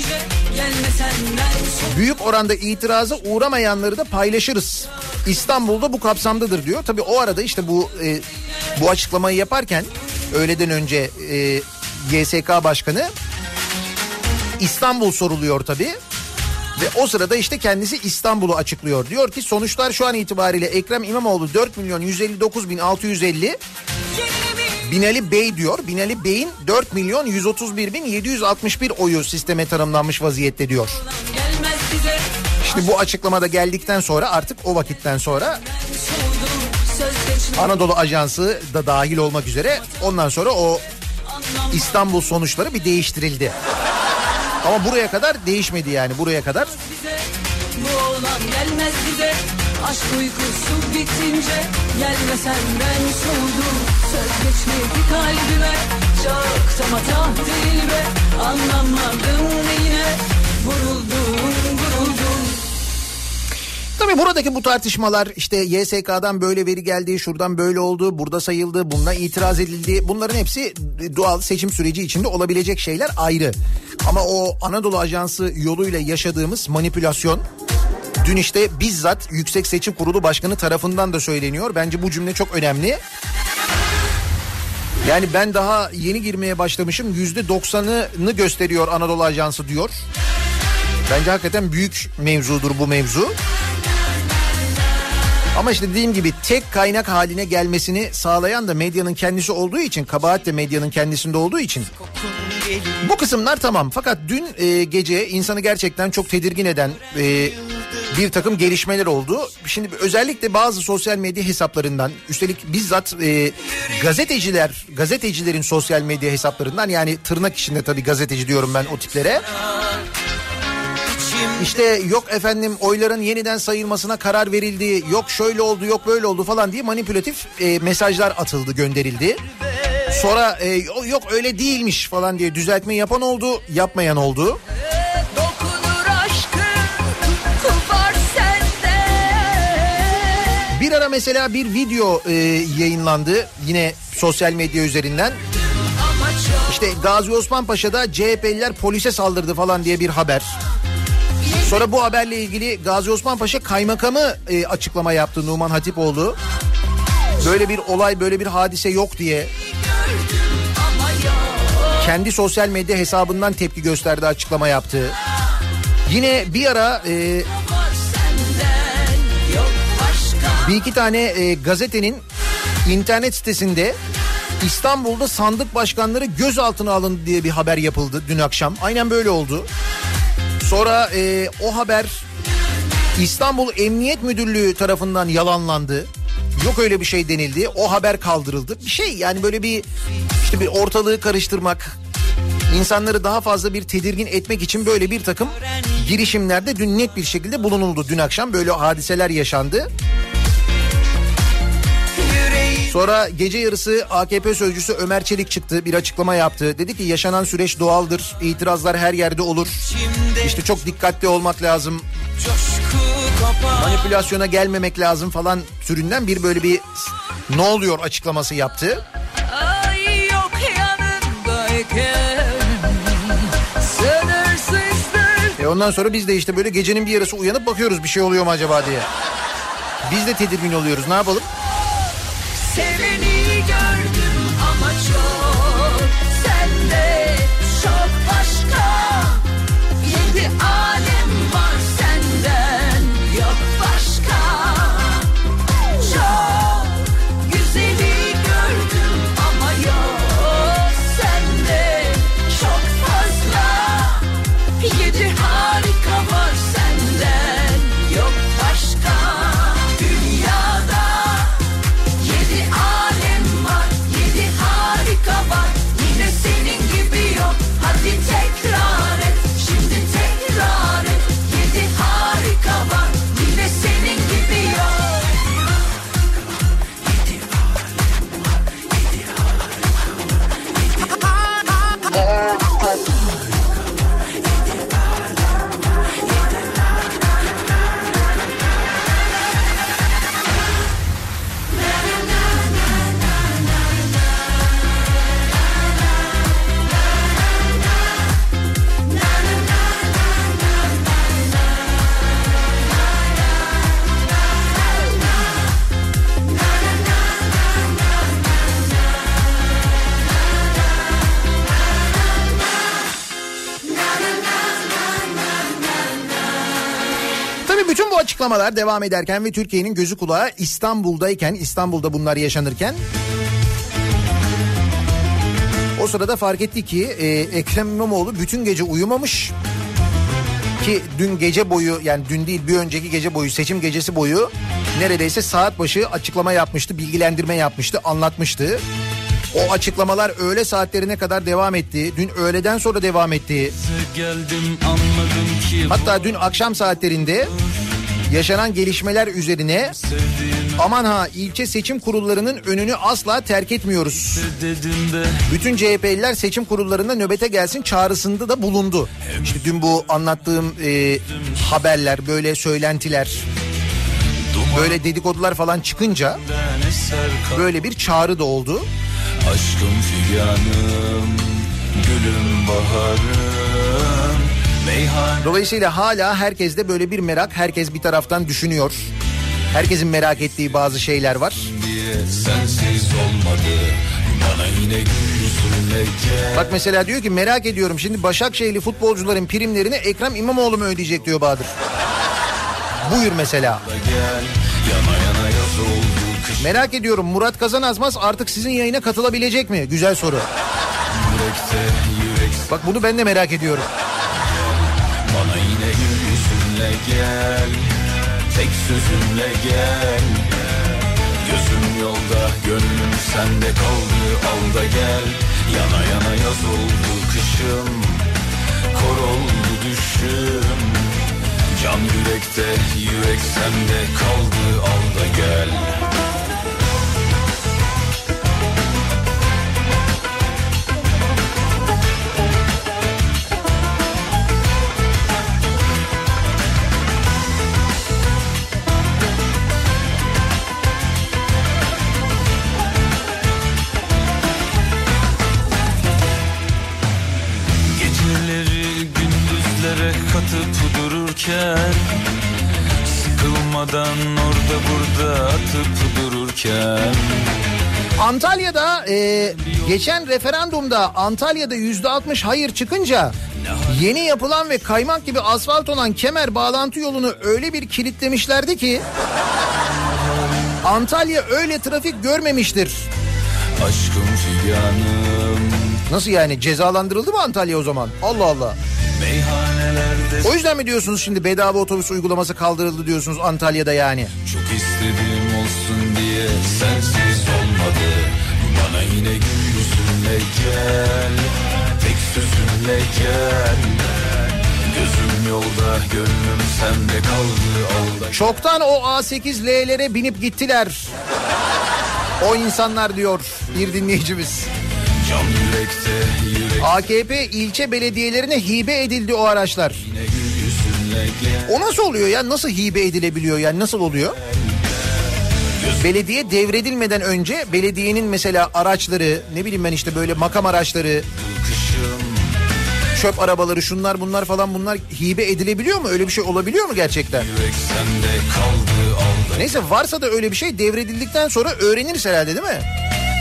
Büyük oranda itiraza uğramayanları da paylaşırız. İstanbul'da bu kapsamdadır diyor. Tabii o arada işte bu e, bu açıklamayı yaparken öğleden önce e, Y S K Başkanı İstanbul soruluyor tabii. Ve o sırada işte kendisi İstanbul'u açıklıyor. Diyor ki sonuçlar şu an itibariyle Ekrem İmamoğlu dört milyon yüz elli dokuz bin altı yüz elli. Binali Bey diyor. Binali Bey'in dört milyon yüz otuz bir bin yedi yüz altmış bir oyu sisteme tanımlanmış vaziyette diyor. İşte bu açıklamada geldikten sonra, artık o vakitten sonra Anadolu Ajansı da dahil olmak üzere ondan sonra o İstanbul sonuçları bir değiştirildi. Ama buraya kadar değişmedi yani, buraya kadar. Bu olan gelmez bize, aşk uykusu bitince gelmesen ben soğudum. Söz geçmedi kalbime, çok da matah değil be, anlamadım neyine vuruldum vuruldum. Tabii buradaki bu tartışmalar, işte Y S K'dan böyle veri geldi, şuradan böyle oldu, burada sayıldı, buna itiraz edildi. Bunların hepsi doğal seçim süreci içinde olabilecek şeyler, ayrı. Ama o Anadolu Ajansı yoluyla yaşadığımız manipülasyon dün işte bizzat Yüksek Seçim Kurulu Başkanı tarafından da söyleniyor. Bence bu cümle çok önemli. Yani ben daha yeni girmeye başlamışım, yüzde doksanını gösteriyor Anadolu Ajansı diyor. Bence hakikaten büyük mevzudur bu mevzu. Ama işte dediğim gibi tek kaynak haline gelmesini sağlayan da medyanın kendisi olduğu için, kabahat de medyanın kendisinde olduğu için bu kısımlar tamam. Fakat dün e, gece insanı gerçekten çok tedirgin eden e, bir takım gelişmeler oldu. Şimdi özellikle bazı sosyal medya hesaplarından, üstelik bizzat e, gazeteciler, gazetecilerin sosyal medya hesaplarından, yani tırnak içinde tabii gazeteci diyorum ben o tiplere. İşte yok efendim oyların yeniden sayılmasına karar verildi, yok şöyle oldu, yok böyle oldu falan diye manipülatif e, mesajlar atıldı, gönderildi. Sonra e, yok öyle değilmiş falan diye düzeltme yapan oldu, yapmayan oldu. Bir ara mesela bir video e, yayınlandı yine sosyal medya üzerinden. İşte Gazi Osman Paşa'da C H P'liler polise saldırdı falan diye bir haber. Sonra bu haberle ilgili Gazi Osman Paşa Kaymakamı e, açıklama yaptı, Numan Hatipoğlu. Böyle bir olay, böyle bir hadise yok diye. Kendi sosyal medya hesabından tepki gösterdi, açıklama yaptı. Yine bir ara e, bir iki tane e, gazetenin internet sitesinde İstanbul'da sandık başkanları gözaltına alındı diye bir haber yapıldı dün akşam. Aynen böyle oldu. Sonra e, o haber İstanbul Emniyet Müdürlüğü tarafından yalanlandı. Yok öyle bir şey denildi. O haber kaldırıldı. Bir şey yani, böyle bir işte bir ortalığı karıştırmak, insanları daha fazla bir tedirgin etmek için böyle bir takım girişimlerde dün net bir şekilde bulunuldu. Dün akşam böyle hadiseler yaşandı. Sonra gece yarısı A K P sözcüsü Ömer Çelik çıktı, bir açıklama yaptı. Dedi ki yaşanan süreç doğaldır, itirazlar her yerde olur. İşte çok dikkatli olmak lazım. Manipülasyona gelmemek lazım falan türünden bir böyle bir ne oluyor açıklaması yaptı. Ay yok yanındayken E ondan sonra biz de işte böyle gecenin bir yarısı uyanıp bakıyoruz bir şey oluyor mu acaba diye. Biz de tedirgin oluyoruz, ne yapalım? seveni gördüm ama çok, sende çok başka. Yedi alem var senden, yok başka. Çok güzeli gördüm ama yok sende çok fazla. Yedi harika var senden, yok başka. Dünyada yedi alem var, yedi harika var. Yine senin gibi yok, hadi tekrar et, şimdi tekrar et. Yedi harika var, yine senin gibi yok. Yedi alem var, yedi Tabii bütün bu açıklamalar devam ederken ve Türkiye'nin gözü kulağı İstanbul'dayken, İstanbul'da bunlar yaşanırken o sırada fark ettik ki e, Ekrem İmamoğlu bütün gece uyumamış. Ki dün gece boyu, yani dün değil bir önceki gece boyu, seçim gecesi boyu neredeyse saat başı açıklama yapmıştı, bilgilendirme yapmıştı, anlatmıştı. O açıklamalar öğle saatlerine kadar devam etti. Dün öğleden sonra devam etti. Geldim, anladım ki hatta dün akşam saatlerinde yaşanan gelişmeler üzerine aman ha ilçe seçim kurullarının önünü asla terk etmiyoruz. Bütün C H P'liler seçim kurullarında nöbete gelsin çağrısında da bulundu. İşte dün bu anlattığım e, haberler, böyle söylentiler, böyle dedikodular falan çıkınca böyle bir çağrı da oldu. Aşkım figanım, gülüm baharım, meyhane. Dolayısıyla hala herkeste böyle bir merak, herkes bir taraftan düşünüyor. Herkesin merak ettiği bazı şeyler var. Diye sensiz olmadı, bana yine yüzünle gel. Bak mesela diyor ki merak ediyorum şimdi Başakşehirli futbolcuların primlerini Ekrem İmamoğlu mu ödeyecek diyor Bahadır. Buyur mesela. Gel, yana yana yaz oldu. Merak ediyorum Murat Kazanazmaz artık sizin yayına katılabilecek mi? Güzel soru. Yürekte, yürek... Bak bunu ben de merak ediyorum. Bana yine yüzünle gel, tek sözünle gel. Gözüm yolda, gönlüm sende kaldı, al da gel. Yana yana yaz oldu kışım, kor oldu düşüm. Can yürekte, yürek sende kaldı, al da gel. Katıp dururken, sıkılmadan orada burada atıp dururken. Antalya'da e, geçen referandumda Antalya'da yüzde altmış hayır çıkınca yeni yapılan ve kaymak gibi asfalt olan kemer bağlantı yolunu öyle bir kilitlemişlerdi ki Antalya öyle trafik görmemiştir. Aşkım figanım. Nasıl yani, cezalandırıldı mı Antalya o zaman? Allah Allah. Meyhanelerde. O yüzden mi diyorsunuz şimdi bedava otobüs uygulaması kaldırıldı diyorsunuz Antalya'da yani? Çok istediğim olsun diye sensiz olmadı. Bana yine gül yüzünle gel, tek sözünle gel. Gözüm yolda, gönlüm sende kaldı, al da. Çoktan o A sekiz L'lere binip gittiler. O insanlar diyor bir dinleyicimiz. Can yürekte yürek. A K P ilçe belediyelerine hibe edildi o araçlar. O nasıl oluyor ya? Nasıl hibe edilebiliyor yani? Nasıl oluyor? Belediye devredilmeden önce belediyenin mesela araçları, ne bileyim ben işte böyle makam araçları, çöp arabaları, şunlar bunlar falan, bunlar hibe edilebiliyor mu? Öyle bir şey olabiliyor mu gerçekten? Neyse, varsa da öyle bir şey devredildikten sonra öğreniriz herhalde, değil mi?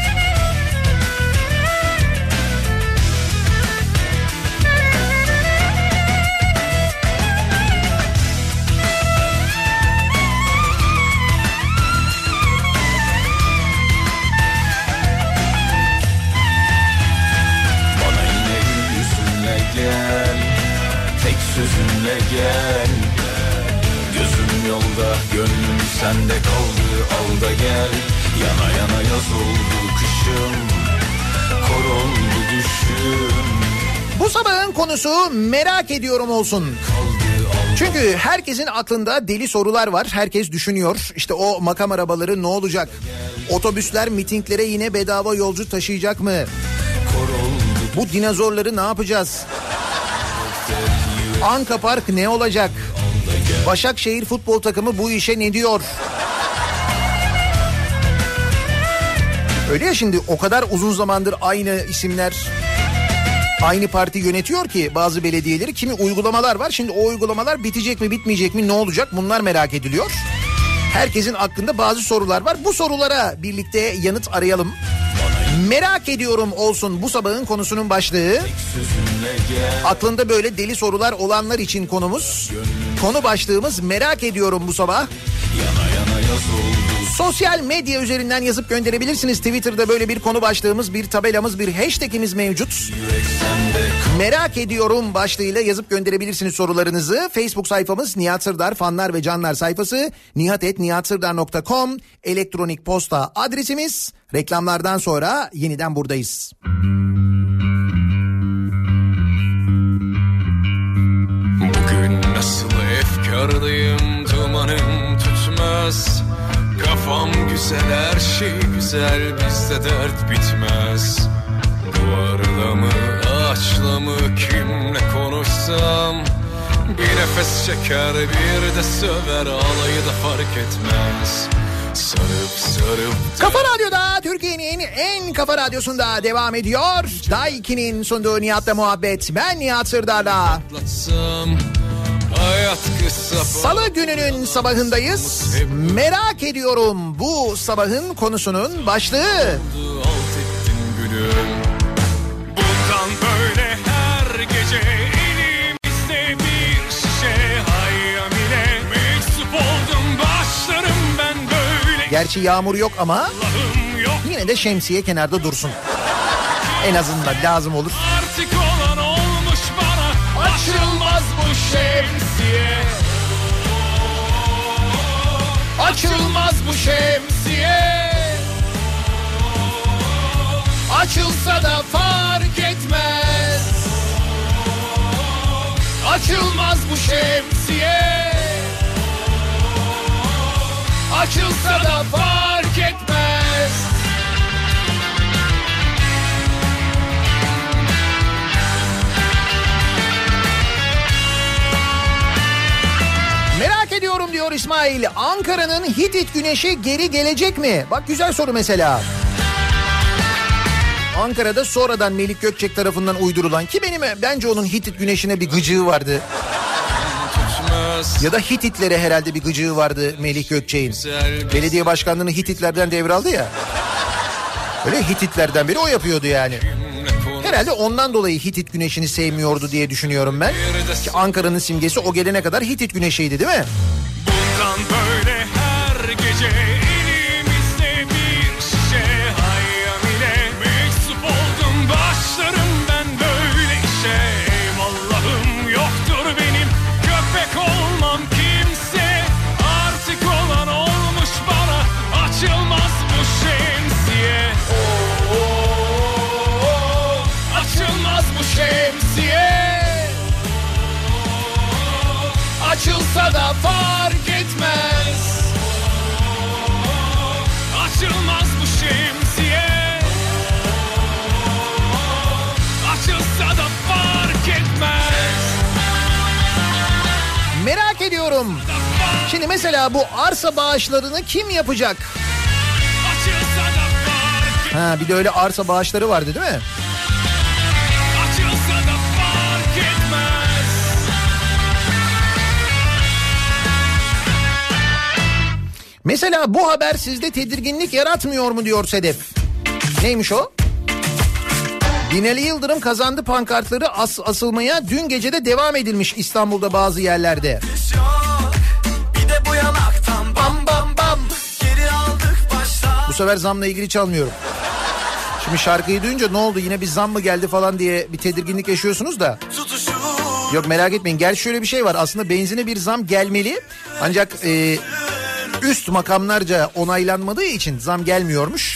Gel, tek sözünle gel. Gözüm yolda, gönlüm sende kaldı, al da gel. Yana yana yaz oldu kışım, kor oldu düşüm. Bu sabahın konusu merak ediyorum olsun. Çünkü herkesin aklında deli sorular var. Herkes düşünüyor. İşte o makam arabaları ne olacak? Otobüsler mitinglere yine bedava yolcu taşıyacak mı? Bu dinozorları ne yapacağız? Anka Park ne olacak? Başakşehir futbol takımı bu işe ne diyor? Öyle ya, şimdi o kadar uzun zamandır aynı isimler, aynı parti yönetiyor ki bazı belediyeleri, kimi uygulamalar var. Şimdi o uygulamalar bitecek mi, bitmeyecek mi, ne olacak? Bunlar merak ediliyor. Herkesin aklında bazı sorular var. Bu sorulara birlikte yanıt arayalım. Merak ediyorum olsun bu sabahın konusunun başlığı. Aklında böyle deli sorular olanlar için konumuz. Konu başlığımız merak ediyorum bu sabah. Sosyal medya üzerinden yazıp gönderebilirsiniz. Twitter'da böyle bir konu başlığımız, bir tabelamız, bir hashtagimiz mevcut. Merak ediyorum başlığıyla yazıp gönderebilirsiniz sorularınızı. Facebook sayfamız Nihat Sırdar fanlar ve canlar sayfası, nihat et nihat sırdar nokta com elektronik posta adresimiz. Reklamlardan sonra yeniden buradayız. Bugün nasıl efkardayım, dumanım tutmaz. Kafam güzel, her şey güzel, bizde dert bitmez. Duvarla mı, ağaçla mı, kimle konuşsam bir nefes çeker, bir de söver, alayı da fark etmez. Sarıp sarıp Kafa Radyo'da, Türkiye'nin en kafa radyosunda devam ediyor. Daiki'nin sunduğu Nihat'la muhabbet. Ben Nihat Sırdar'la. Salı gününün sabahındayız. Merak ediyorum bu sabahın konusunun başlığı. Bundan böyle her gece elimizde bir şişe hayyamine meczup oldum, başlarım ben böyle. Gerçi yağmur yok ama yine de şemsiye kenarda dursun. En azından lazım olur. Artık olan olmuş bana, açılmaz bu şemsiye. Açılmaz bu şemsiye. Açılsa da fark etmez. Açılmaz bu şemsiye. Açılsa da fark etmez. Merak ediyorum diyor İsmail. Ankara'nın Hitit güneşi geri gelecek mi? Bak, güzel soru mesela. Ankara'da sonradan Melik Gökçek tarafından uydurulan, ki benim bence onun Hitit güneşine bir gıcığı vardı. Ya da Hititlere herhalde bir gıcığı vardı Melik Gökçek'in. Belediye başkanlığını Hititlerden devraldı ya. Öyle Hititlerden beri o yapıyordu yani. Herhalde ondan dolayı Hitit güneşini sevmiyordu diye düşünüyorum ben. Ki Ankara'nın simgesi o gelene kadar Hitit güneşiydi, değil mi? Bundan böyle her gece elimizde bir şişe hayyamine meczup oldum, başlarım ben böyle işe. Eyvallahım yoktur benim, köpek olmam kimse. Artık olan olmuş bana, açılmaz bu şemsiye. Oh, oh, oh. Açılmaz bu şemsiye. Açılsa da fark etmez. Açılmaz bu şemsiye. şemsiye. Açılsa da fark etmez. Merak ediyorum. Şimdi mesela bu arsa bağışlarını kim yapacak? Açılsa da fark etmez. Ha, bir de öyle arsa bağışları vardı değil mi? Açılsa da fark etmez. Mesela bu haber sizde tedirginlik yaratmıyor mu diyor Sedef. Neymiş o? Binali Yıldırım kazandı pankartları as asılmaya dün gece de devam edilmiş İstanbul'da bazı yerlerde. Bir de bu yanaktan bam bam bam geri aldık baştan. Bu sefer zamla ilgili çalmıyorum. Şimdi şarkıyı duyunca ne oldu yine bir zam mı geldi falan diye bir tedirginlik yaşıyorsunuz da. Yok merak etmeyin. Gerçi şöyle bir şey var, aslında benzine bir zam gelmeli ancak e, üst makamlarca onaylanmadığı için zam gelmiyormuş.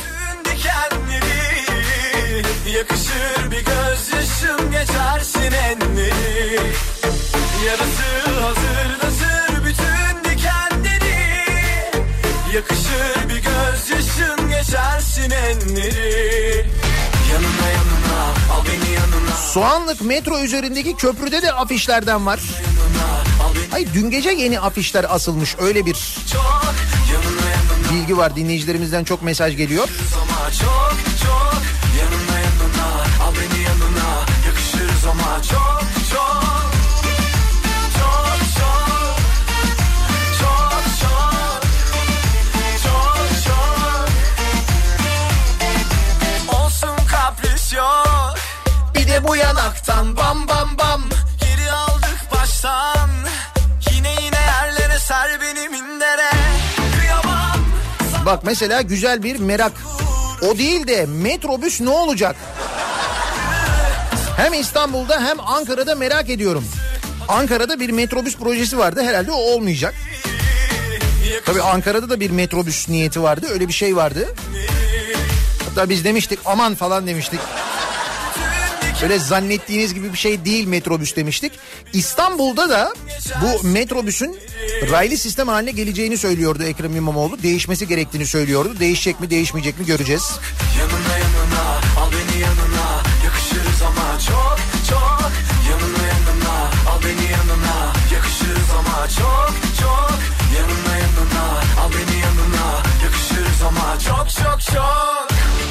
Yakışır bir gözyaşım geçersin enleri. Yarısı hazır hazır bütün dikenleri. Yakışır bir gözyaşın geçersin enleri. Yanına yanına al beni yanına. Soğanlık metro üzerindeki köprüde de afişlerden var. Hayır, dün gece yeni afişler asılmış, öyle bir Çok yanına yanına. bilgi var, dinleyicilerimizden çok mesaj geliyor. Ama çok çok yanına yanına al beni yanına. Yakışırız ama çok çok. Çok çok. Çok çok. Çok çok. Olsun kapris yok. Bir de bu yanaktan bam bam bam. Geri aldık baştan. Yine yine yerlere ser beni mindere. Kıyamam. Bak mesela güzel bir merak. O değil de metrobüs ne olacak? Hem İstanbul'da hem Ankara'da merak ediyorum. Ankara'da bir metrobüs projesi vardı, herhalde o olmayacak. Tabii Ankara'da da bir metrobüs niyeti vardı, öyle bir şey vardı. Hatta biz demiştik aman falan demiştik. Öyle zannettiğiniz gibi bir şey değil metrobüs demiştik. İstanbul'da da bu metrobüsün raylı sistem haline geleceğini söylüyordu Ekrem İmamoğlu. Değişmesi gerektiğini söylüyordu. Değişecek mi değişmeyecek mi göreceğiz. Yanına yanına al beni yanına. Yakışırız ama çok çok. Yanına yanına al beni yanına. Yakışırız ama çok çok. Yanına yanına al beni yanına. Yakışırız ama çok çok çok.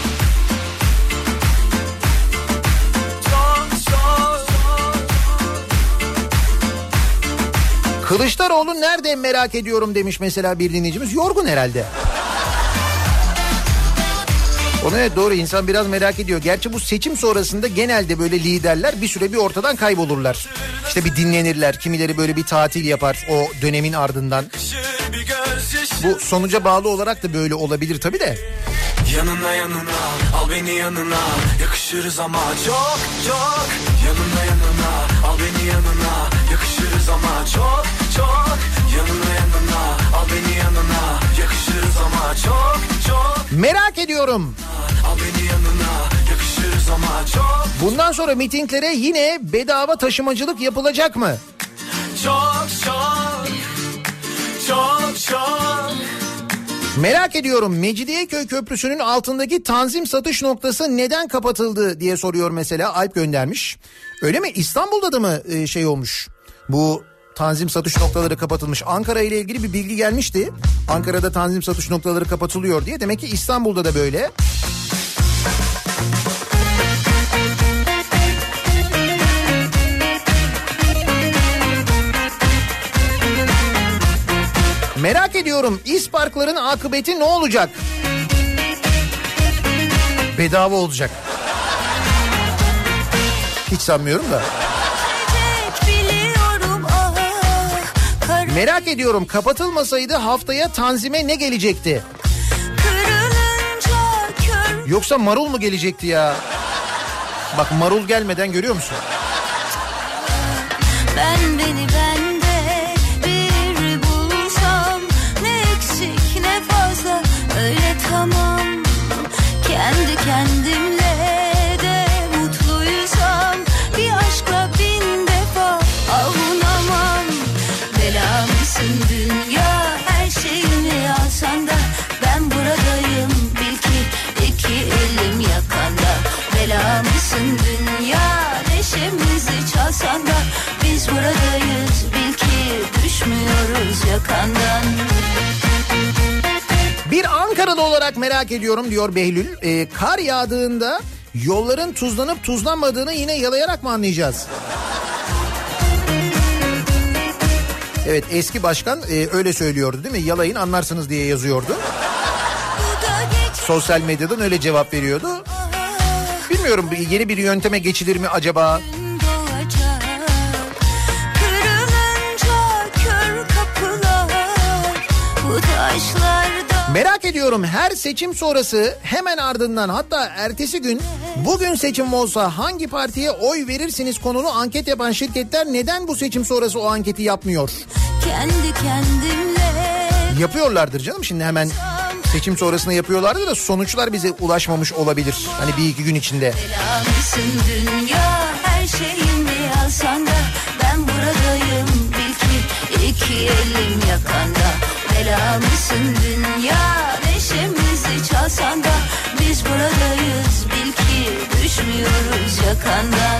Kılıçdaroğlu nerede merak ediyorum demiş mesela bir dinleyicimiz. Yorgun herhalde. Onu evet, doğru, insan biraz merak ediyor. Gerçi bu seçim sonrasında genelde böyle liderler bir süre bir ortadan kaybolurlar. İşte bir dinlenirler. Kimileri böyle bir tatil yapar o dönemin ardından. Bu sonuca bağlı olarak da böyle olabilir tabii de. Yanına yanına al beni yanına. Yakışırız ama çok çok. Yanına yanına al beni yanına. Yakışırız ama çok çok. Yanına yanına al beni yanına. Yakışırız ama çok çok. Merak ediyorum. Al beni yanına. Yakışırız ama çok. Bundan sonra mitinglere yine bedava taşımacılık yapılacak mı? Çok çok. Çok çok. Merak ediyorum, Mecidiyeköy Köprüsü'nün altındaki tanzim satış noktası neden kapatıldı diye soruyor mesela, Alp göndermiş. Öyle mi? İstanbul'da da mı e, şey olmuş? Bu tanzim satış noktaları kapatılmış. Ankara ile ilgili bir bilgi gelmişti. Ankara'da tanzim satış noktaları kapatılıyor diye. Demek ki İstanbul'da da böyle. Merak ediyorum, İsparkların akıbeti ne olacak? Bedava olacak. Hiç sanmıyorum da. Merak ediyorum, kapatılmasaydı haftaya tanzime ne gelecekti? Yoksa marul mu gelecekti ya? Bak marul gelmeden görüyor musun? Ben beni bende bir bulsam, ne eksik ne fazla, öyle tamam. Kendi kendimle de mutluysam, bir aşkla bin defa avunamam. Bela mısın dünya, her şeyimi alsan da ben buradayım bil ki Sıralı olarak merak ediyorum diyor Behlül. Ee, kar yağdığında yolların tuzlanıp tuzlanmadığını yine yalayarak mı anlayacağız? Evet, eski başkan e, öyle söylüyordu değil mi? Yalayın anlarsınız diye yazıyordu. Sosyal medyadan öyle cevap veriyordu. Bilmiyorum, yeni bir yönteme geçilir mi acaba? Merak ediyorum, her seçim sonrası hemen ardından, hatta ertesi gün bugün seçim olsa hangi partiye oy verirsiniz konulu anket yapan şirketler neden bu seçim sonrası o anketi yapmıyor? Kendi kendimle yapıyorlardır canım, şimdi hemen seçim sonrasında yapıyorlardı da sonuçlar bize ulaşmamış olabilir. Hani bir iki gün içinde. Belamısın dünya, her şeyimi alsan da ben buradayım bil ki iki elim yakanda. Belamısın dünya, neşemizi çalsan da biz buradayız bil ki düşmüyoruz yakandan.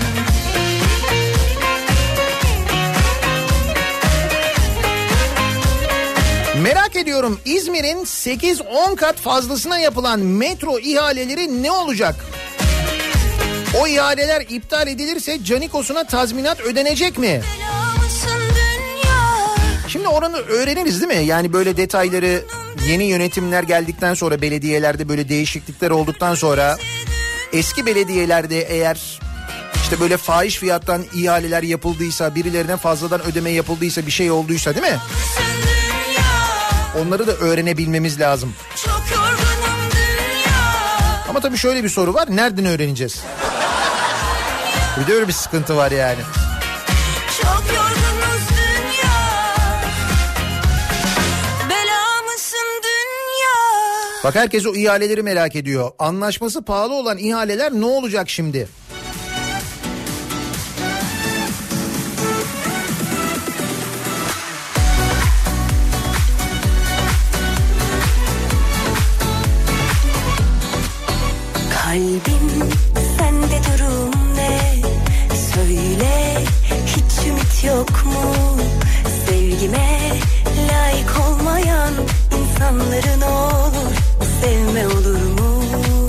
Merak ediyorum, İzmir'in sekiz on kat fazlasına yapılan metro ihaleleri ne olacak? O ihaleler iptal edilirse Canikos'una tazminat ödenecek mi? Şimdi oranı öğreniriz değil mi? Yani böyle detayları yeni yönetimler geldikten sonra, belediyelerde böyle değişiklikler olduktan sonra, eski belediyelerde eğer işte böyle fahiş fiyattan ihaleler yapıldıysa, birilerine fazladan ödeme yapıldıysa, bir şey olduysa değil mi? Onları da öğrenebilmemiz lazım. Ama tabii şöyle bir soru var. Nereden öğreneceğiz? Bir de öyle bir sıkıntı var yani. Çok yorgunuz dünya. Bela mısın dünya? Bak, herkes o ihaleleri merak ediyor. Anlaşması pahalı olan ihaleler ne olacak şimdi? Kalbim sende durum ne? Söyle, hiç ümit yok mu? Sevgime layık olmayan insanların olur, sevme olur mu?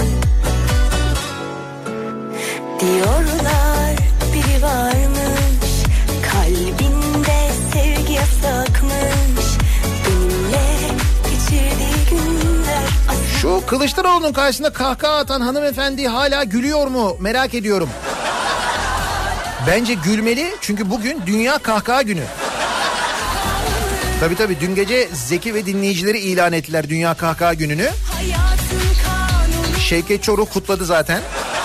Diyorlar biri varmış, kalbinde sevgi yasakmış. Benimle geçirdiği günler. Şu Kılıçdaroğlu'nun karşısında kahkaha atan hanımefendi hala gülüyor mu? Merak ediyorum. Bence gülmeli, çünkü bugün Dünya Kahkaha Günü. Tabii tabii, dün gece Zeki ve dinleyicileri ilan ettiler Dünya Kahkaha Günü'nü. Şevket Çoruh kutladı zaten.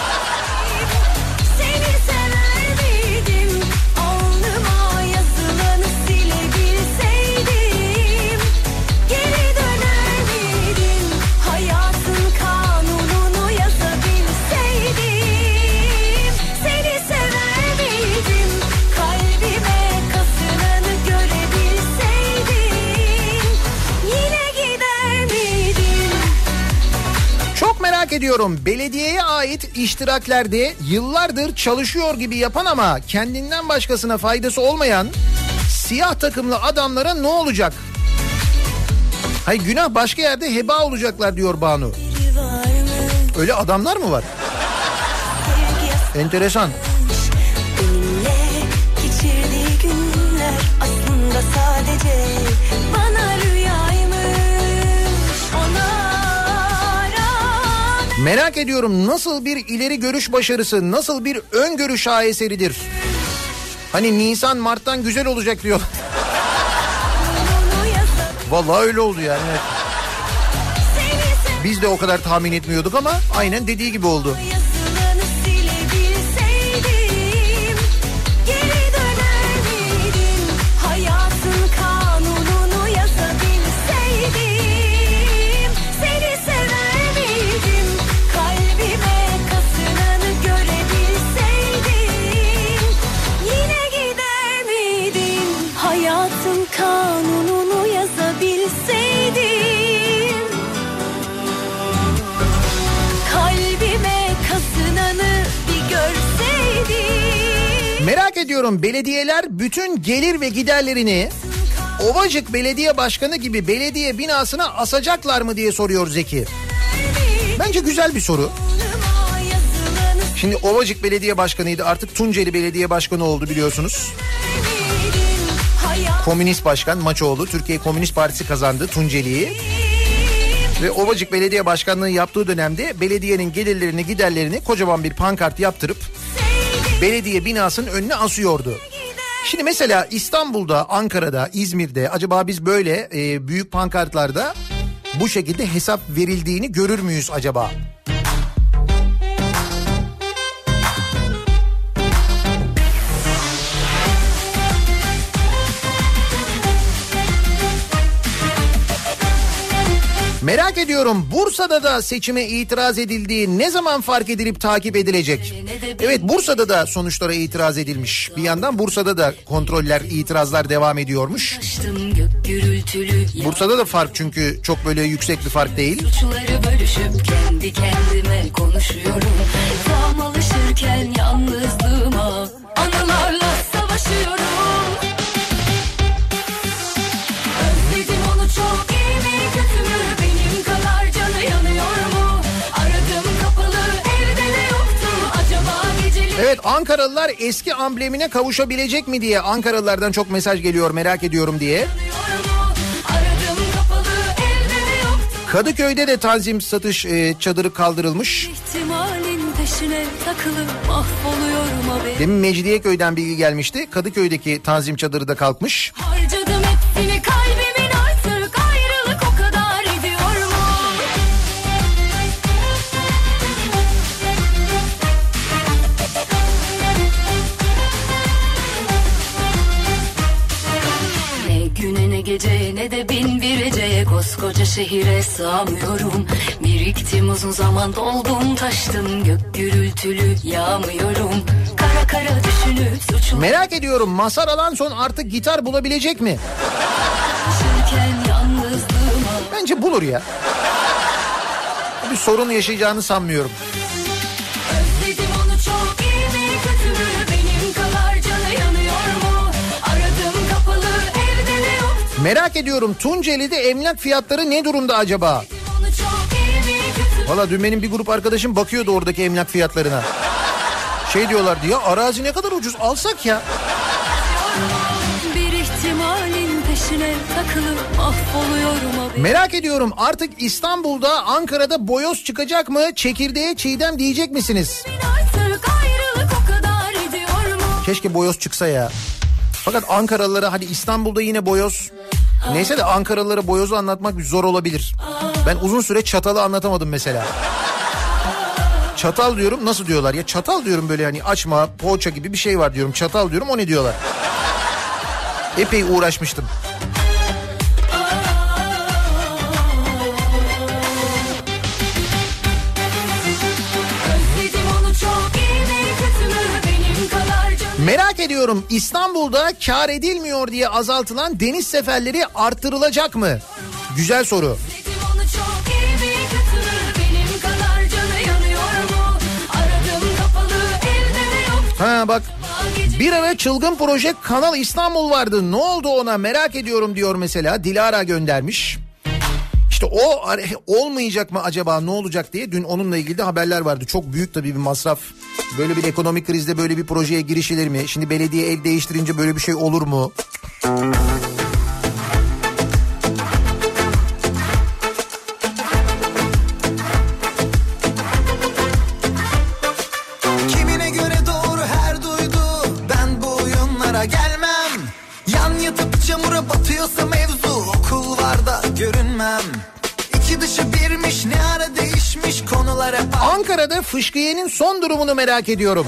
Merak ediyorum, belediyeye ait iştiraklerde yıllardır çalışıyor gibi yapan ama kendinden başkasına faydası olmayan siyah takımlı adamlara ne olacak? Hayır, günah başka yerde heba olacaklar diyor Banu. Öyle adamlar mı var? Enteresan. Benimle geçirdiği günler aslında sadece bana rüyaymış. Ona merak ediyorum, nasıl bir ileri görüş başarısı, nasıl bir öngörü şaheseridir. Hani Nisan Mart'tan güzel olacak diyor. Vallahi öyle oldu yani. Evet. Biz de o kadar tahmin etmiyorduk ama aynen dediği gibi oldu. Merak ediyorum, belediyeler bütün gelir ve giderlerini Ovacık Belediye Başkanı gibi belediye binasına asacaklar mı diye soruyor Zeki. Bence güzel bir soru. Şimdi Ovacık Belediye Başkanı'ydı, artık Tunceli Belediye Başkanı oldu biliyorsunuz. Komünist Başkan Maçoğlu, Türkiye Komünist Partisi kazandı Tunceli'yi. Ve Ovacık Belediye Başkanlığı yaptığı dönemde belediyenin gelirlerini, giderlerini kocaman bir pankart yaptırıp belediye binasının önüne asıyordu. Şimdi mesela İstanbul'da, Ankara'da, İzmir'de acaba biz böyle e, büyük pankartlarda bu şekilde hesap verildiğini görür müyüz acaba? Merak ediyorum, Bursa'da da seçime itiraz edildiği ne zaman fark edilip takip edilecek? Evet, Bursa'da da sonuçlara itiraz edilmiş. Bir yandan Bursa'da da kontroller, itirazlar devam ediyormuş. Bursa'da da fark çünkü çok böyle yüksek bir fark değil. Suçları bölüşüp kendi kendime konuşuyorum. Tam alışırken yalnızlığıma anılarla savaşıyorum. Özledim onu çok, iyi mi kötü mü? Benim kadar canı yanıyor mu? Aradım kapalı, evde de yoktu. Acaba geceleri... Evet, Ankaralılar eski amblemine kavuşabilecek mi diye Ankaralılardan çok mesaj geliyor, merak ediyorum diye. Kadıköy'de de tanzim satış e, çadırı kaldırılmış. İhtimalin peşine takılıp mahvoluyorum haberim. Demin Mecidiyeköy'den bilgi gelmişti. Kadıköy'deki tanzim çadırı da kalkmış. Harcadım hepsini, kalbimin artık ayrılık o kadar ediyor mu? Ne güne ne gece ne de bin bir eceye koskoca şehire sığamıyorum. Biriktim uzun zaman, doldum taştım, gök gürültülü yağmıyorum. Kara kara düşünüp suçlu... Merak ediyorum, Mazhar Alanson artık gitar bulabilecek mi? Bence bulur ya. Bir sorun yaşayacağını sanmıyorum. Özledim onu çok, iyi mi kötü mü? Benim kadar canı yanıyor mu? Aradım kapalı, evde de yok. Merak ediyorum, Tunceli'de emlak fiyatları ne durumda acaba? Valla dün benim bir grup arkadaşım bakıyordu oradaki emlak fiyatlarına. Şey diyorlardı ya, arazi ne kadar ucuz, alsak ya. Bir ihtimalin peşine takılıp mahvoluyorum abi. Merak ediyorum, artık İstanbul'da, Ankara'da boyoz çıkacak mı? Çekirdeğe çiğdem diyecek misiniz? Artık ayrılık o kadar ediyor mu? Keşke boyoz çıksa ya. Fakat Ankaralılara, hadi İstanbul'da yine boyoz. Neyse de Ankaralılara boyozu anlatmak zor olabilir. Ben uzun süre çatalı anlatamadım mesela. Çatal diyorum, nasıl diyorlar ya, çatal diyorum, böyle hani açma, poğaça gibi bir şey var diyorum, çatal diyorum, o ne diyorlar. Epey uğraşmıştım. Merak ediyorum, İstanbul'da kar edilmiyor diye azaltılan deniz seferleri arttırılacak mı? Güzel soru. Ha bak, bir ara çılgın proje Kanal İstanbul vardı, ne oldu ona merak ediyorum diyor mesela, Dilara göndermiş. İşte o olmayacak mı acaba, ne olacak diye dün onunla ilgili de haberler vardı. Çok büyük tabii bir masraf. Böyle bir ekonomik krizde böyle bir projeye girişilir mi? Şimdi belediye el değiştirince böyle bir şey olur mu? Kimine göre doğru her duydu, ben bu oyunlara gelmem. Yan yatıp çamura batıyorsa mevzu, okul var da görünmem. İki dışı birmiş, ne ara değişmiş konular hep. Ankara'da fışkıyenin son durumunu merak ediyorum.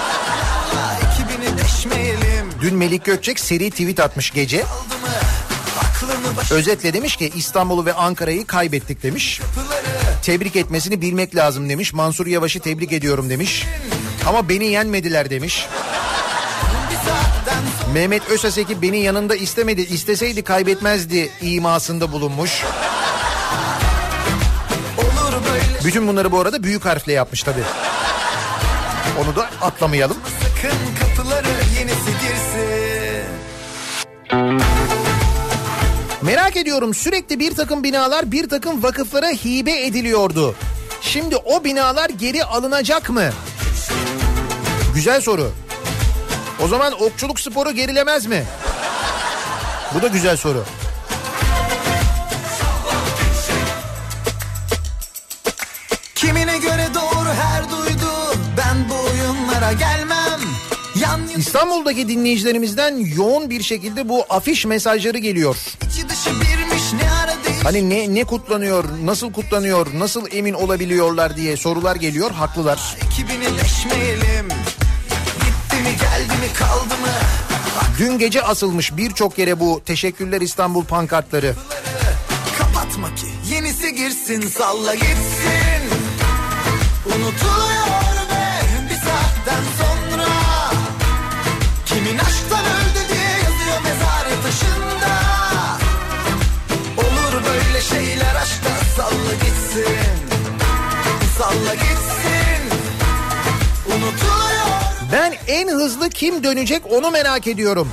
Dün Melik Gökçek seri tweet atmış gece. Özetle demiş ki İstanbul'u ve Ankara'yı kaybettik demiş. Tebrik etmesini bilmek lazım demiş. Mansur Yavaş'ı tebrik ediyorum demiş. Ama beni yenmediler demiş. Mehmet Özaseki beni yanında istemedi. İsteseydi kaybetmezdi imasında bulunmuş. Bütün bunları bu arada büyük harfle yapmış tabii. Onu da atlamayalım. Sakın kapıları yenisi girsin. Merak ediyorum, sürekli bir takım binalar bir takım vakıflara hibe ediliyordu. Şimdi o binalar geri alınacak mı? Güzel soru. O zaman okçuluk sporu gerilemez mi? Bu da güzel soru. Kimine göre doğru her duydu, ben bu oyunlara gelmem. Yan... İstanbul'daki dinleyicilerimizden yoğun bir şekilde bu afiş mesajları geliyor. İçi dışı birmiş, ne ara değiş... Hani ne ne kutlanıyor, nasıl kutlanıyor, nasıl emin olabiliyorlar diye sorular geliyor, haklılar. Ekibini deşmeyelim, gitti mi geldi mi kaldı mı? Dün gece asılmış birçok yere bu Teşekkürler İstanbul pankartları. Kapatma ki yenisi girsin, salla gitsin. Unutuluyor ve bir saatten sonra kimin aşktan öldü diye yazıyor mezar taşında. Olur böyle şeyler aşkta, salla gitsin, salla gitsin. Unutuluyor. Ben en hızlı kim dönecek onu merak ediyorum.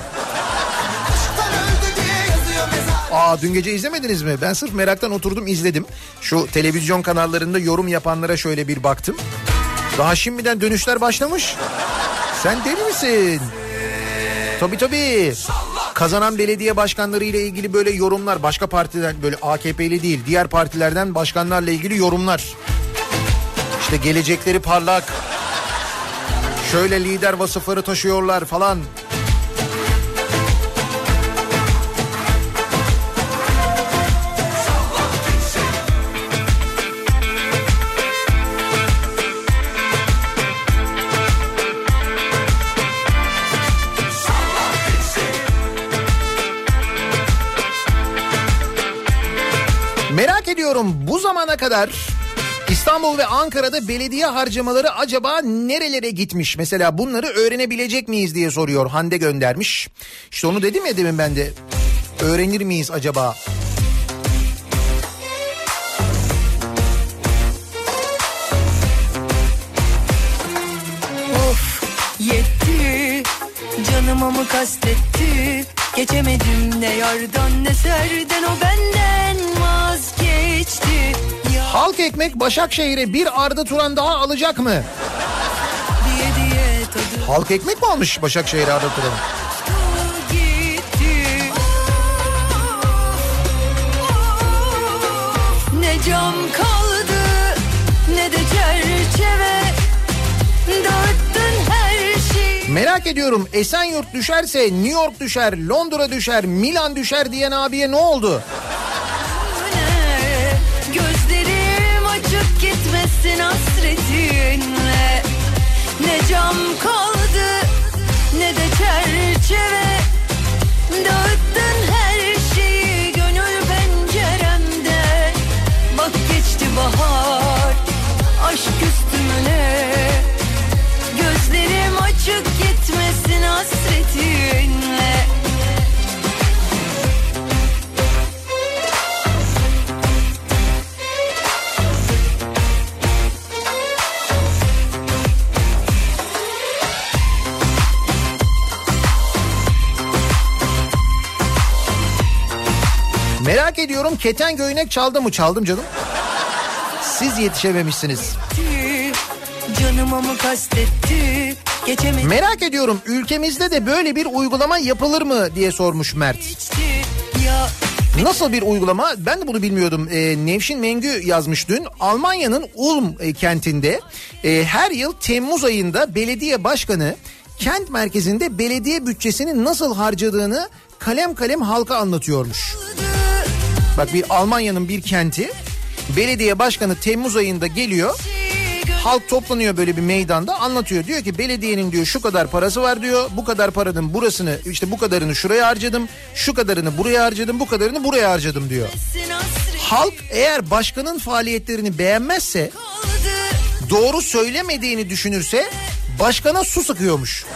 Aa, dün gece izlemediniz mi? Ben sırf meraktan oturdum izledim. Şu televizyon kanallarında yorum yapanlara şöyle bir baktım. Daha şimdiden dönüşler başlamış. Sen deli misin? Tabii tabii. Kazanan belediye başkanları ile ilgili böyle yorumlar, başka partiden, böyle A K P'li değil, diğer partilerden başkanlarla ilgili yorumlar. İşte gelecekleri parlak. Şöyle lider vasıfları taşıyorlar falan. Merak ediyorum, bu zamana kadar İstanbul ve Ankara'da belediye harcamaları acaba nerelere gitmiş? Mesela bunları öğrenebilecek miyiz diye soruyor. Hande göndermiş. İşte onu dedim ya demin ben de. Öğrenir miyiz acaba? Of yetti, canıma mı kastetti? Geçemedim ne yardan ne serden, o benden vazgeçti. Ya... Halk Ekmek Başakşehir'e bir Arda Turan daha alacak mı? Diye diye tadı... Halk Ekmek mi almış Başakşehir'e Arda Turan'ı? Ne cam kaldı ne de çerçeve, dağıttın her şeyi. Merak ediyorum, Esenyurt düşerse New York düşer, Londra düşer, Milan düşer diyen abiye ne oldu? Gözlerim açık gitmesin hasretinle. Ne cam kaldı ne de çerçeve, dağıttın her şeyi gönül penceremde. Bak geçti bahar aşk üstüne, gözlerim açık gitmesin hasretinle. Merak ediyorum, keten göynek çaldı mı? Çaldım canım. Siz yetişememişsiniz. Canıma mı kastetti? Geçemedim. Merak ediyorum, ülkemizde de böyle bir uygulama yapılır mı diye sormuş Mert. Nasıl bir uygulama? Ben de bunu bilmiyordum. Ee, Nevşin Mengü yazmış dün. Almanya'nın Ulm e, kentinde e, her yıl Temmuz ayında belediye başkanı kent merkezinde belediye bütçesini nasıl harcadığını kalem kalem halka anlatıyormuş. Bak, bir Almanya'nın bir kenti, belediye başkanı Temmuz ayında geliyor. Halk toplanıyor böyle bir meydanda, anlatıyor. Diyor ki belediyenin diyor şu kadar parası var diyor. Bu kadar paranın burasını, işte bu kadarını şuraya harcadım. Şu kadarını buraya harcadım, bu kadarını buraya harcadım diyor. Halk eğer başkanın faaliyetlerini beğenmezse, doğru söylemediğini düşünürse başkana su sıkıyormuş.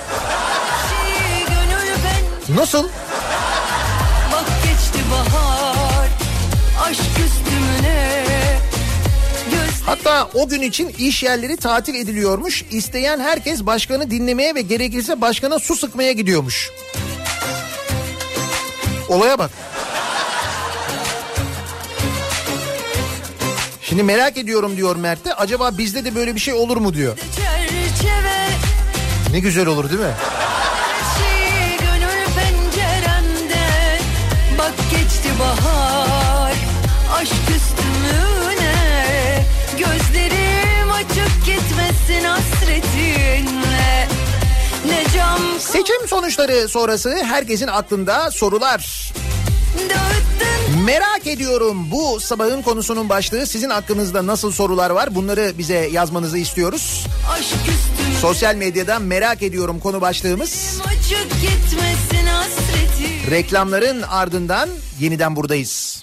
Nasıl? Bak geçti bahar aşk üstüne. Hatta o gün için iş yerleri tatil ediliyormuş. İsteyen herkes başkanı dinlemeye ve gerekirse başkana su sıkmaya gidiyormuş. Olaya bak. Şimdi merak ediyorum diyor Mert de. Acaba bizde de böyle bir şey olur mu diyor. Çerçeve. Ne güzel olur değil mi? Gönül penceremde. Bak geçti bahar. Aşk üstümüne. Gözlerim açık gitmesin hasretinle. Ne cam... Seçim sonuçları sonrası herkesin aklında sorular. Merak ediyorum, bu sabahın konusunun başlığı. Sizin aklınızda nasıl sorular var? Bunları bize yazmanızı istiyoruz. Sosyal medyadan merak ediyorum konu başlığımız. Reklamların ardından yeniden buradayız.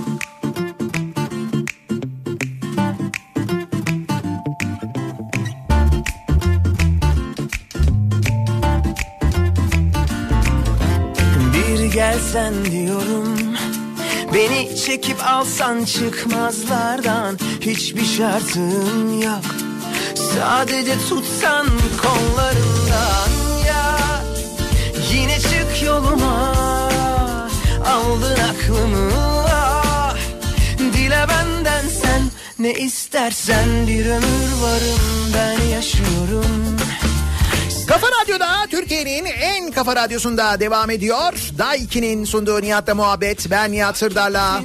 Bir gelsen diyorum, beni çekip alsan çıkmazlardan. Hiçbir şartım yok, sadece tutsan kollarından. Ya yine çık yoluma, aldın aklımı. Ah, dile benden sen ne istersen, bir ömür varım ben yaşıyorum. Kafa Radyo'da, Türkiye'nin en kafa radyosunda devam ediyor. Daiki'nin sunduğu Nihat'la muhabbet. Ben Nihat Sırdar'la.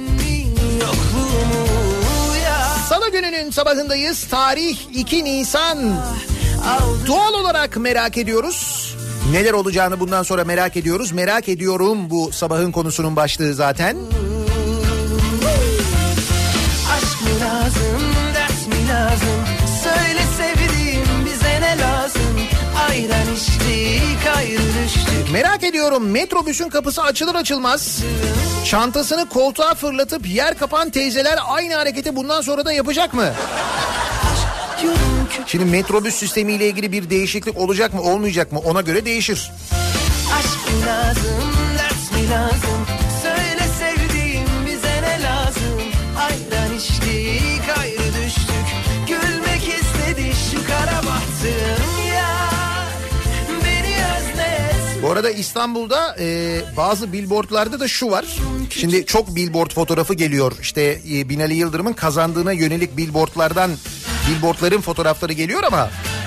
Salı gününün sabahındayız. Tarih iki Nisan. Doğal olarak merak ediyoruz. Neler olacağını bundan sonra merak ediyoruz. Merak ediyorum, bu sabahın konusunun başlığı zaten. Aşk mı lazım, ders mi lazım? Söyle sevdiğim, bize ne lazım? Ayran içtik, ayrı düştük. Merak ediyorum, metrobüsün kapısı açılır açılmaz çantasını koltuğa fırlatıp yer kapan teyzeler aynı hareketi bundan sonra da yapacak mı? Şimdi metrobüs sistemiyle ilgili bir değişiklik olacak mı olmayacak mı, ona göre değişir. Aşk mı lazım, ders mi lazım? Söyle sevdiğim, bize ne lazım? Ayran içtik, ayrı düştük. Gülmek istedi şu kara bahtım. Bu arada İstanbul'da e, bazı billboardlarda da şu var. Şimdi çok billboard fotoğrafı geliyor. İşte e, Binali Yıldırım'ın kazandığına yönelik billboardlardan, billboardların fotoğrafları geliyor ama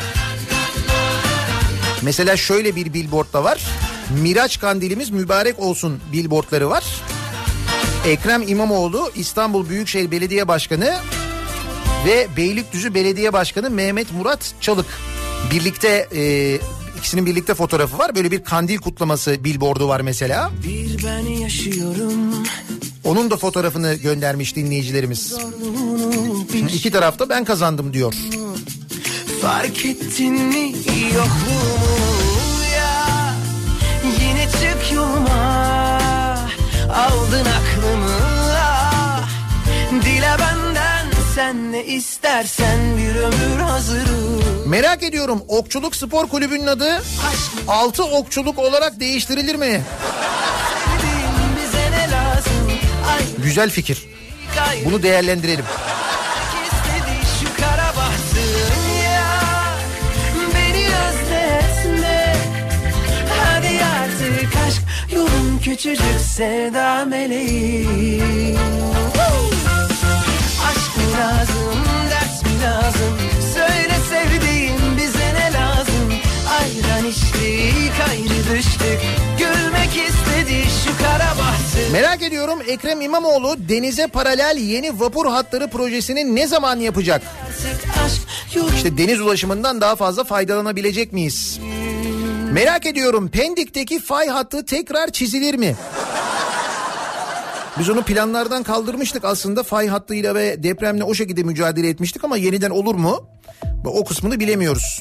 mesela şöyle bir billboard da var. Miraç kandilimiz mübarek olsun billboardları var. Ekrem İmamoğlu, İstanbul Büyükşehir Belediye Başkanı ve Beylikdüzü Belediye Başkanı Mehmet Murat Çalık birlikte... E, İkisinin birlikte fotoğrafı var. Böyle bir kandil kutlaması billboardu var mesela. Bir ben yaşıyorum. Onun da fotoğrafını göndermiş dinleyicilerimiz. İki tarafta ben kazandım diyor. Fark ettin mi yokluğumu ya? Yine çık yoluma, aldın aklımı. Ah, dile benden sen ne istersen, bir ömür hazırım. Merak ediyorum, Okçuluk Spor Kulübü'nün adı Altı Okçuluk olarak değiştirilir mi? Güzel fikir. Bunu değerlendirelim. Hadi artık aşk yolun küçücük sevda meleği. Aşk mı lazım, ders mi lazım? Söyle sevdiğim, bize ne lazım? Ayran içtik, ayrı düştük. Gülmek istedi şu kara bahtı. Merak ediyorum, Ekrem İmamoğlu denize paralel yeni vapur hatları projesini ne zaman yapacak? İşte deniz ulaşımından daha fazla faydalanabilecek miyiz? Merak ediyorum, Pendik'teki fay hattı tekrar çizilir mi? Biz onu planlardan kaldırmıştık aslında, fay hattıyla ve depremle o şekilde mücadele etmiştik ama yeniden olur mu? O kısmını bilemiyoruz.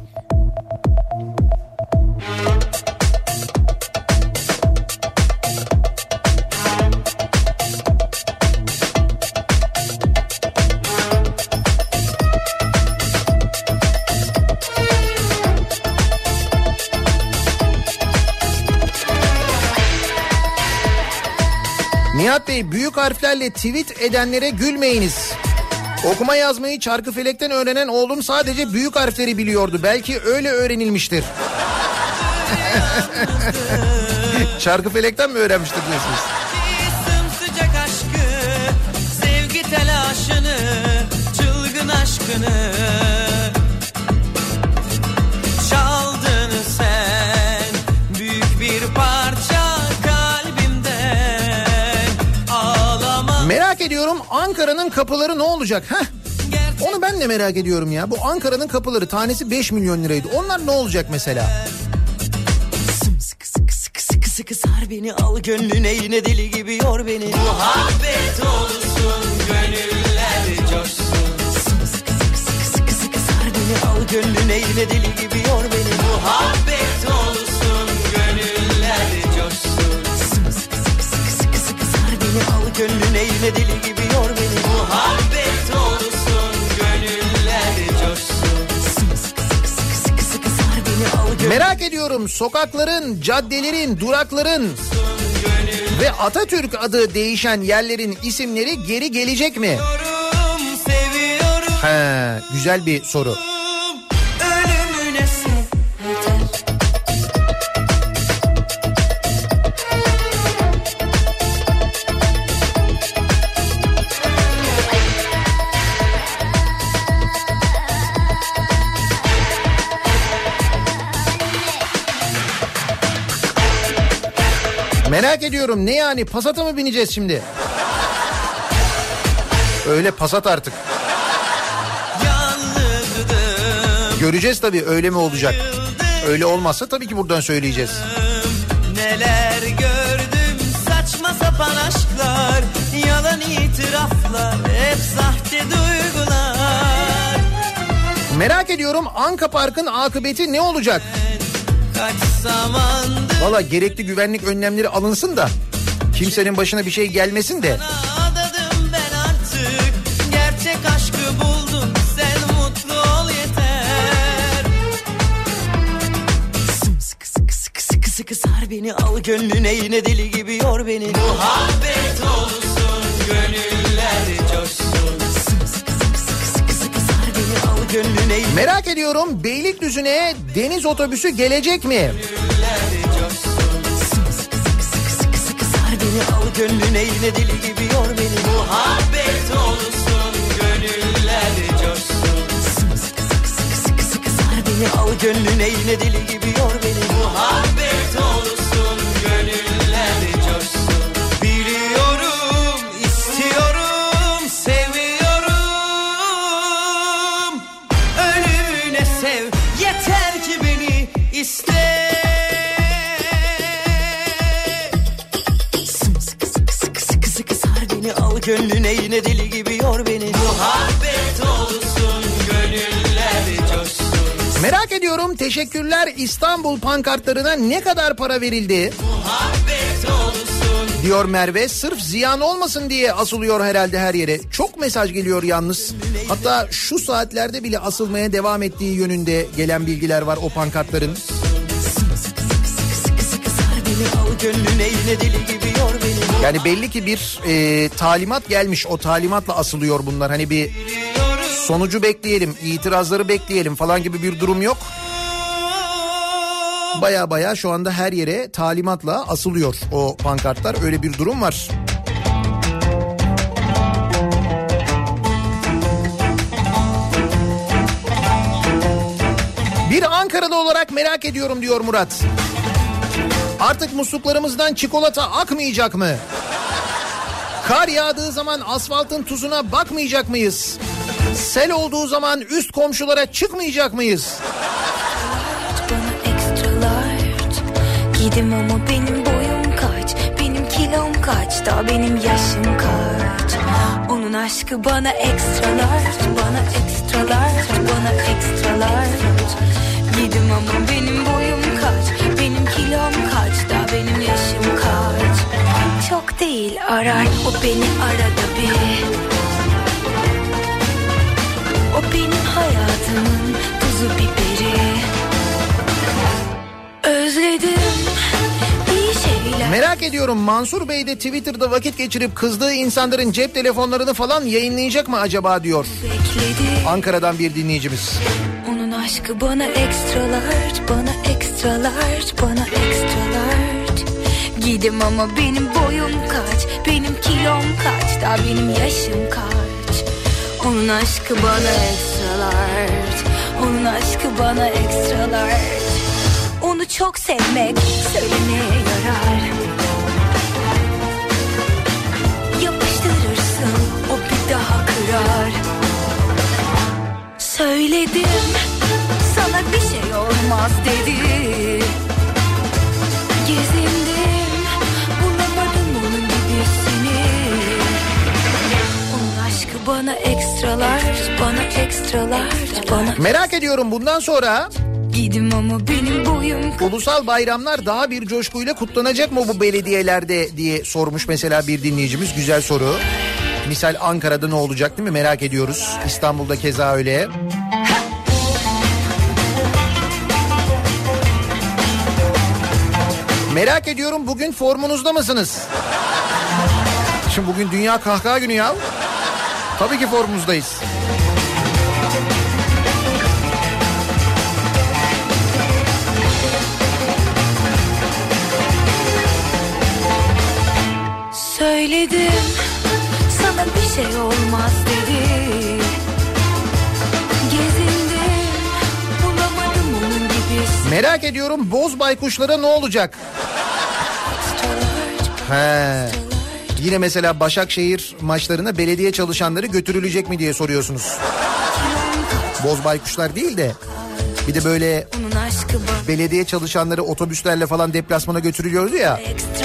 Nihat Bey, büyük harflerle tweet edenlere gülmeyiniz. Okuma yazmayı Çarkıfelek'ten öğrenen oğlum sadece büyük harfleri biliyordu. Belki öyle öğrenilmiştir. Çarkıfelek'ten mi öğrenmiştir diyorsunuz? Sımsıcak aşkı, sevgi telaşını aşkını çaldın sen, büyük bir parça kalbimden. Ağlama. Merak ediyorum Ankara'nın kapıları ne olacak? Heh. Onu ben de merak ediyorum ya. Bu Ankara'nın kapıları tanesi beş milyon liraydı. Onlar ne olacak mesela? Sıkı sıkı sıkı sıkı sıkı sar beni, al gönlüne yine deli gibi yor beni. Muhabbet olsun, gönüller coşsun. Sıkı sıkı sıkı sıkı sıkı sıkı sar beni, al gönlüne yine deli gibi yor beni. Muhabbet olsun, gönüller coşsun. Sıkı sıkı sıkı sıkı sıkı sıkı sar beni, al gönlüne yine deli gibi yor beni. Muhabbet olsun, gönüller coşsun. Sıkı sıkı sıkı sıkı sıkı sıkı sar beni, al gönlüne. Merak ediyorum sokakların, caddelerin, durakların ve Atatürk adı değişen yerlerin isimleri geri gelecek mi? He, güzel bir soru. Ölümüne sev. Merak ediyorum ne yani, Passat'a mı bineceğiz şimdi? Öyle Passat artık. Göreceğiz tabii öyle mi olacak. Öyle olmazsa tabii ki buradan söyleyeceğiz. Neler gördüm, saçma sapan aşklar, yalan itiraflar, hep sahte duygular. Merak ediyorum Anka Park'ın akıbeti ne olacak? Kaç zamandır valla gerekli güvenlik önlemleri alınsın da kimsenin başına bir şey gelmesin de. adadım ben artık, gerçek aşkı buldum, sen mutlu ol yeter. Sımsıkı sıkı sıkı sıkı sıkı sar beni, al gönlüne yine deli gibi yor beni. Muhabbet olsun, gönüller coşsun. Sımsıkı sıkı sıkı sıkı sıkı sar beni, al gönlüne yine. Merak ediyorum Beylikdüzü'ne deniz otobüsü gelecek mi? Beni al gönlüne yine deli gibi yor beni. Muhabbet olsun, gönüller coşsun. Sıkı sıkı sıkı sıkı sıkı sar beni, al gönlüne yine deli gibi yor beni. Muhabbet olsun, gönüller coşsun. Biliyorum, istiyorum, seviyorum. Ölümüne sev, yeter ki beni iste. Al gönlüne yine deli gibi yor beni. Muhabbet olsun, gönüller coşsun. Merak ediyorum teşekkürler İstanbul pankartlarına ne kadar para verildi? Muhabbet olsun diyor Merve. Sırf ziyan olmasın diye asılıyor herhalde her yere. Çok mesaj geliyor yalnız. Hatta şu saatlerde bile asılmaya devam ettiği yönünde gelen bilgiler var o pankartların. Sıkı sıkı sıkı sıkı sar beni, al gönlüne yine deli gibi yor beni. Yani belli ki bir e, talimat gelmiş, o talimatla asılıyor bunlar. Hani bir sonucu bekleyelim, itirazları bekleyelim falan gibi bir durum yok. Baya baya şu anda her yere talimatla asılıyor o pankartlar, öyle bir durum var. Bir Ankaralı olarak merak ediyorum diyor Murat. Artık musluklarımızdan çikolata akmayacak mı? Kar yağdığı zaman asfaltın tuzuna bakmayacak mıyız? Sel olduğu zaman üst komşulara çıkmayacak mıyız? Bana extra large giydim ama benim boyum kaç, benim kilom kaç, daha benim yaşım kaç. Onun aşkı bana extra large, bana extra large, bana extra large. Giydim ama benim boyum kaç, benim kilom kaç, daha benim yaşım kaç. Çok değil arar o beni arada bir. O benim hayatımın tuzu biberi. Özledim bir şeyler. Merak ediyorum Mansur Bey de Twitter'da vakit geçirip kızdığı insanların cep telefonlarını falan yayınlayacak mı acaba diyor. Bekledim. Ankara'dan bir dinleyicimiz. Onun aşkı bana extra large, bana extra large, bana extra large. Giydim ama benim boyum kaç, benim kilom kaç, daha benim yaşım kaç. Onun aşkı bana extra large. Onun aşkı bana extra large. Onu çok sevmek söylemeye yarar. Yapıştırırsın, o bir daha kırar. Söyledim, sana bir şey olmaz dedi. Gezindim, bulamadım onun gibisini. Onun aşkı bana extra large, bana extra large, bana... Merak ediyorum bundan sonra Gidim ama benim boyum... Ulusal bayramlar daha bir coşkuyla kutlanacak mı bu belediyelerde diye sormuş mesela bir dinleyicimiz. Güzel soru. Misal Ankara'da ne olacak değil mi? Merak ediyoruz. İstanbul'da keza öyle. Merak ediyorum, bugün formunuzda mısınız? Şimdi bugün Dünya Kahkaha Günü ya. Tabii ki formumuzdayız. Söyledim, sana bir şey olmaz dedi. Gezindim, bulamadım onun gibisini. Merak ediyorum, boz baykuşlara ne olacak? He. Yine mesela Başakşehir maçlarına belediye çalışanları götürülecek mi diye soruyorsunuz. Boz baykuşlar değil de bir de böyle belediye çalışanları otobüslerle falan deplasmana götürülüyordu ya.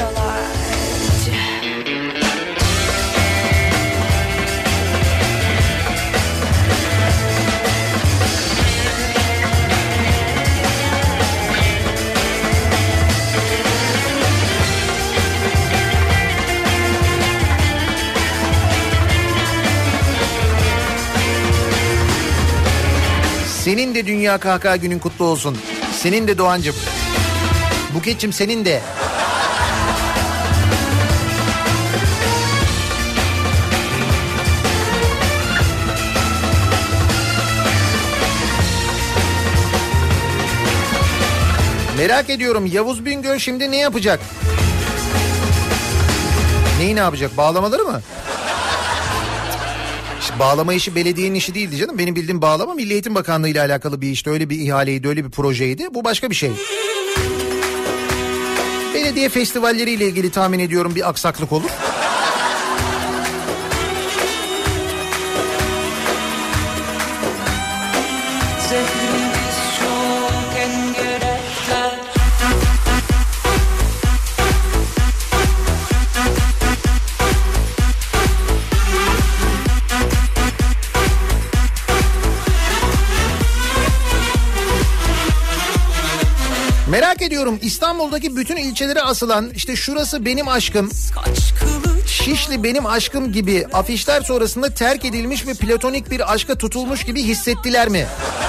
Senin de Dünya Kahkaha Günün kutlu olsun. Senin de Doğancığım. Buket'cim senin de. Merak ediyorum, Yavuz Bingöl şimdi ne yapacak? Neyi ne yapacak? Bağlamaları mı? Bağlama işi belediyenin işi değildi canım. Benim bildiğim bağlama Milli Eğitim Bakanlığı ile alakalı bir işti. Öyle bir ihaleydi, öyle bir projeydi. Bu başka bir şey. Belediye festivalleriyle ilgili tahmin ediyorum bir aksaklık olur. Merak ediyorum, İstanbul'daki bütün ilçelere asılan işte şurası benim aşkım, Şişli benim aşkım gibi afişler sonrasında terk edilmiş ve platonik bir aşka tutulmuş gibi hissettiler mi?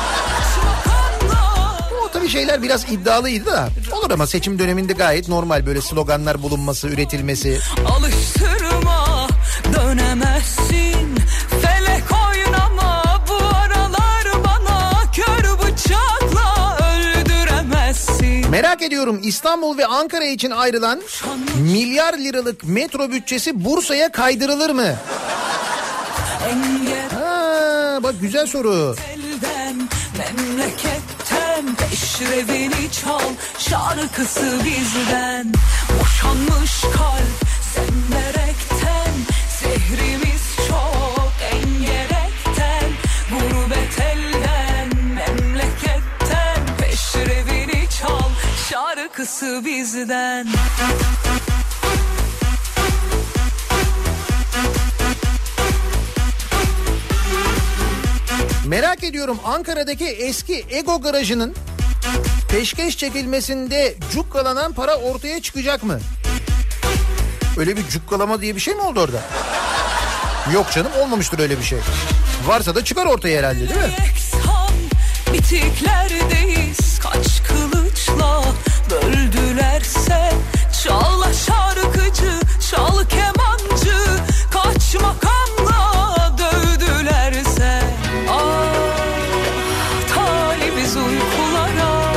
O tabii şeyler biraz iddialıydı da olur ama seçim döneminde gayet normal böyle sloganlar bulunması, üretilmesi. Alıştırma, dönemezsin, felek oynama, bu aralar bana kör bıçakla öldüremezsin. Merak ediyorum, İstanbul ve Ankara için ayrılan milyar liralık metro bütçesi Bursa'ya kaydırılır mı? Ha, bak güzel soru. Memleketten peşrevini çal, şarkısı bizden. Boşanmış kalp senderekten, zehrimiz çok engerekten. Gurbet elden, memleketten peşrevini çal, şarkısı bizden. Merak ediyorum, Ankara'daki eski Ego garajının peşkeş çekilmesinde cukkalanan para ortaya çıkacak mı? Öyle bir cukkalama diye bir şey mi oldu orada? Yok canım, olmamıştır öyle bir şey. Varsa da çıkar ortaya herhalde, değil mi? Bitiklerdeyiz, kaç kılıçla böldülerse, çal şarkıcı, çal kemancı, kaç makamla dövdülerse. Ah, talibiz uykulara,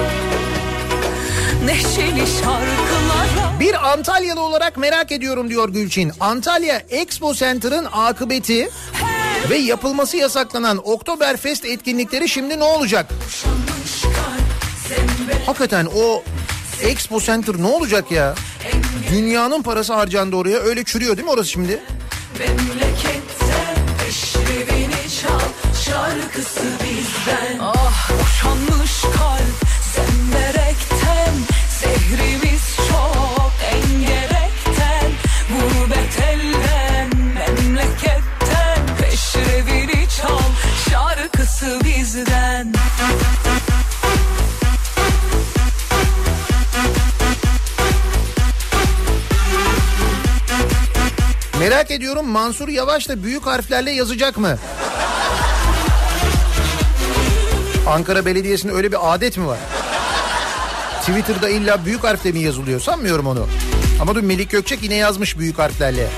neşeli şarkılara. Bir Antalyalı olarak merak ediyorum diyor Gülçin. Antalya Expo Center'ın akıbeti Ve yapılması yasaklanan Oktoberfest etkinlikleri şimdi ne olacak? Hakikaten o Expo Center ne olacak ya? Dünyanın parası harcandı oraya, öyle çürüyor değil mi orası şimdi? Memleketten eşrevini çal, şarkısı bizden. Ah boşanmış kalp senderekten, zehrimiz çok engerekten. Gurbet elden, memleketten peşrevini çal, şarkısı bizden. Merak ediyorum, Mansur Yavaş da büyük harflerle yazacak mı? Ankara Belediyesi'nde öyle bir adet mi var? Twitter'da illa büyük harfle mi yazılıyor? Sanmıyorum onu. Ama dur, Melik Gökçek yine yazmış büyük harflerle.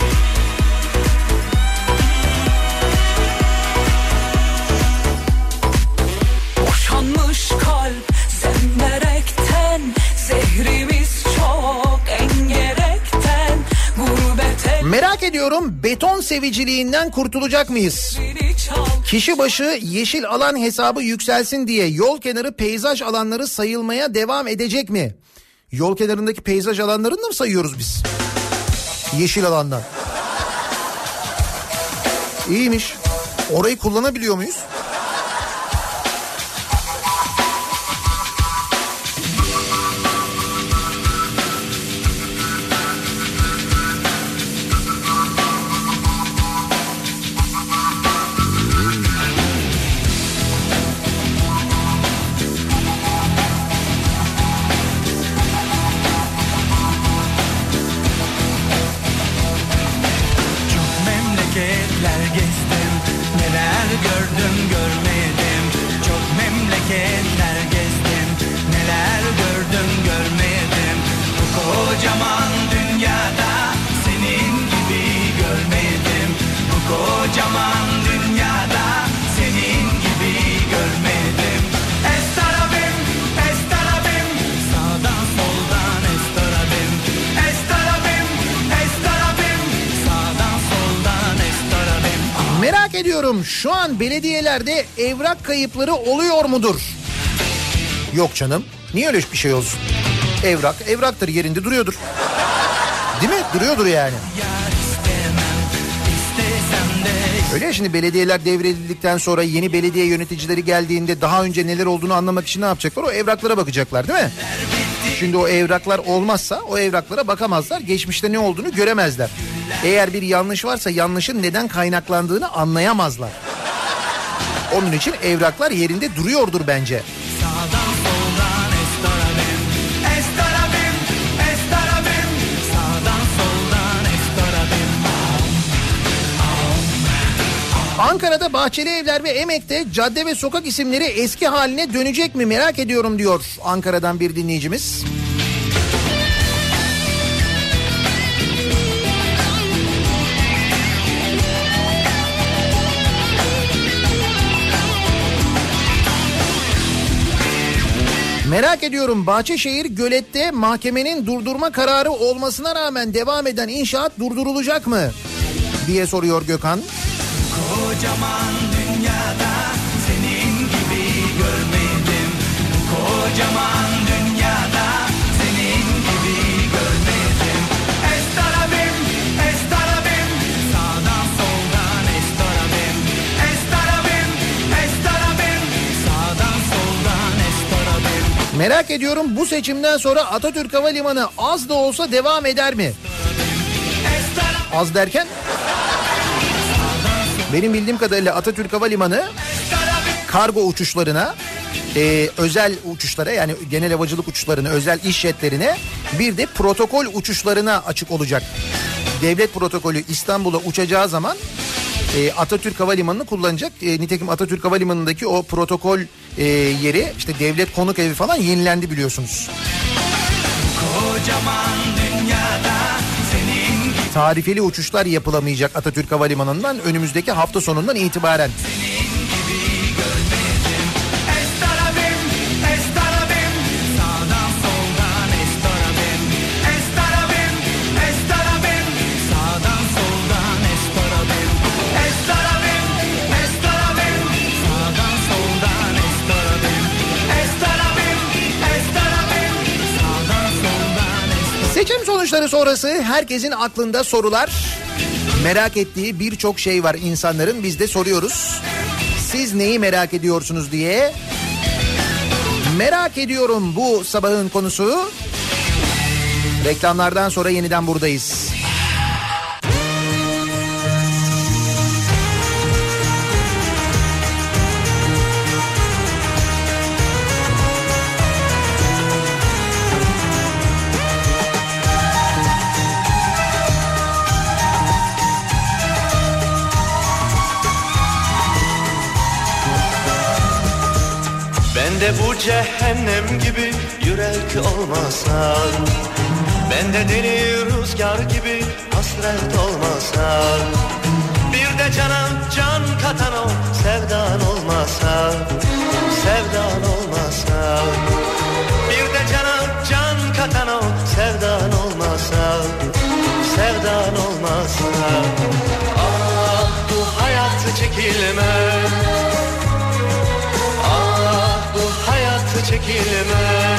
Boşanmış kalp senderekten, zehrimiz çok engerekten. Gurbet el... Merak ediyorum, beton seviciliğinden kurtulacak mıyız? Kişi başı yeşil alan hesabı yükselsin diye yol kenarı peyzaj alanları sayılmaya devam edecek mi? Yol kenarındaki peyzaj alanlarını da mı sayıyoruz biz? Yeşil alandan. İyiymiş. Orayı kullanabiliyor muyuz? Ediyorum, şu an belediyelerde evrak kayıpları oluyor mudur? Yok canım. Niye öyle bir şey olsun? Evrak, evraktır, yerinde duruyordur. Değil mi? Duruyordur yani. Öyle ya, şimdi belediyeler devredildikten sonra yeni belediye yöneticileri geldiğinde daha önce neler olduğunu anlamak için ne yapacaklar? O evraklara bakacaklar değil mi? Şimdi o evraklar olmazsa o evraklara bakamazlar. Geçmişte ne olduğunu göremezler. Eğer bir yanlış varsa yanlışın neden kaynaklandığını anlayamazlar. Onun için evraklar yerinde duruyordur bence. Sağdan soldan estarabim, estarabim, estarabim. Sağdan soldan estarabim. Ankara'da Bahçeli Evler ve Emek'te cadde ve sokak isimleri eski haline dönecek mi merak ediyorum diyor Ankara'dan bir dinleyicimiz. Merak ediyorum, Bahçeşehir Gölet'te mahkemenin durdurma kararı olmasına rağmen devam eden inşaat durdurulacak mı diye soruyor Gökhan. Kocaman dünyada senin gibi görmedim. Kocaman dünyada senin gibi görmedim. Estarabim, estarabim, sağdan soldan estarabim. Estarabim, estarabim, sağdan soldan estarabim. Merak ediyorum, bu seçimden sonra Atatürk Havalimanı az da olsa devam eder mi? Az derken? Benim bildiğim kadarıyla Atatürk Havalimanı kargo uçuşlarına, e, özel uçuşlara, yani genel havacılık uçuşlarına, özel iş jetlerine, bir de protokol uçuşlarına açık olacak. Devlet protokolü İstanbul'a uçacağı zaman e, Atatürk Havalimanı'nı kullanacak. E, nitekim Atatürk Havalimanı'ndaki o protokol e, yeri, işte devlet konuk evi falan yenilendi biliyorsunuz. Kocaman dünyada senin gibi tarifeli uçuşlar yapılamayacak Atatürk Havalimanı'ndan önümüzdeki hafta sonundan itibaren. Estarabim, sonuçları sonrası herkesin aklında sorular, merak ettiği birçok şey var insanların. Biz de soruyoruz. Siz neyi merak ediyorsunuz diye. Merak ediyorum bu sabahın konusu. Reklamlardan sonra yeniden buradayız. Bende bu cehennem gibi yürek olmasa, bende deli rüzgar gibi hasret olmasa, bir de cana can katan o sevdan olmasa, sevdan olmasa, bir de cana can katan o sevdan olmasa, sevdan olmasa. Ah bu hayat çekilmez, çekilmez,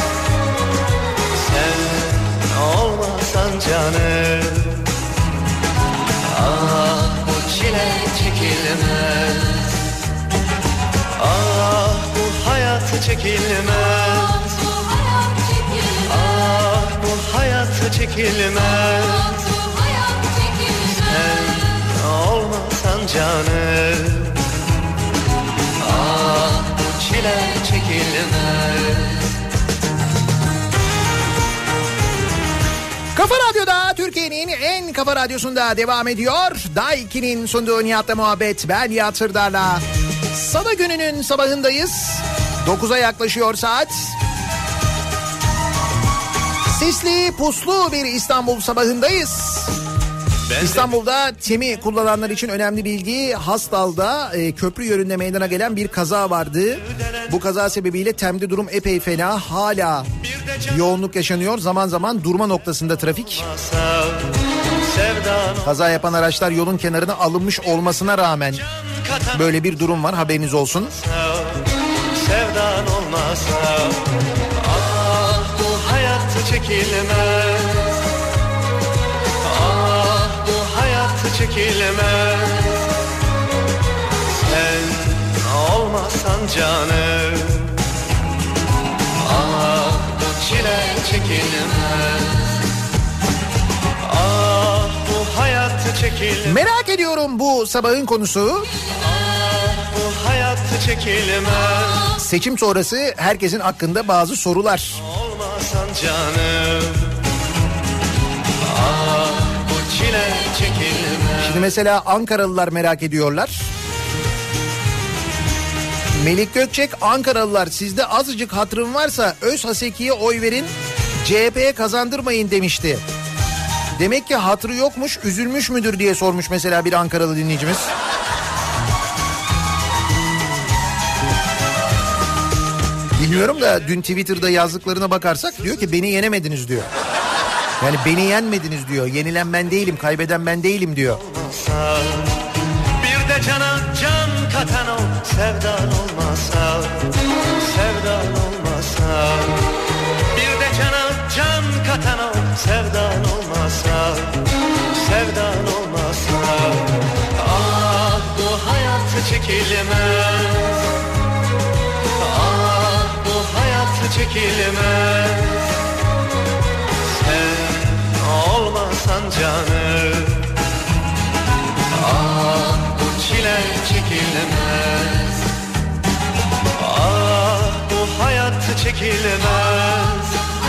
sen olmasan canım. Ah bu çile çekilmez, ah bu hayat çekilmez, ah bu hayat çekilmez, sen olmasan canım. Ah bu çile çekilmez. Kafa Radyo'da, Türkiye'nin en kafa radyosunda devam ediyor. Daiki'nin sunduğu Nihat'la muhabbet. Ben Nihat Sırdar'la. Salı gününün sabahındayız. dokuza yaklaşıyor saat. Sisli, puslu bir İstanbul sabahındayız. İstanbul'da TEM'i kullananlar için önemli bilgi. Hastal'da e, köprü yönünde meydana gelen bir kaza vardı. Bu kaza sebebiyle TEM'de durum epey fena. Hala yoğunluk yaşanıyor. Zaman zaman durma noktasında trafik. Kaza yapan araçlar yolun kenarına alınmış olmasına rağmen böyle bir durum var. Haberiniz olsun. Sevdan olmasa, ah bu hayat çekilmez. Çekilmez, sen olmasan canım. Ah bu çile çekilmez, ah bu hayat çekilmez. Merak ediyorum bu sabahın konusu. Ah bu hayat çekilmez. Seçim sonrası herkesin hakkında bazı sorular. Olmasan canım. Ah bu çile çekilmez. Şimdi mesela Ankaralılar merak ediyorlar. Melik Gökçek, Ankaralılar sizde azıcık hatırım varsa Özhaseki'ye oy verin, C H P'ye kazandırmayın demişti. Demek ki hatırı yokmuş, üzülmüş müdür diye sormuş mesela bir Ankaralı dinleyicimiz. Bilmiyorum da dün Twitter'da yazdıklarına bakarsak diyor ki beni yenemediniz diyor. Yani beni yenmediniz diyor. Yenilen ben değilim, kaybeden ben değilim diyor. Bir de cana can katan o sevdan olmasa, sevdan olmasa. Bir de cana can katan o sevdan olmasa, sevdan olmasa. Ah bu hayat çekilmez, ah bu hayat çekilmez. Olmasan canım, ah bu çile çekilmez, ah bu hayat çekilmez,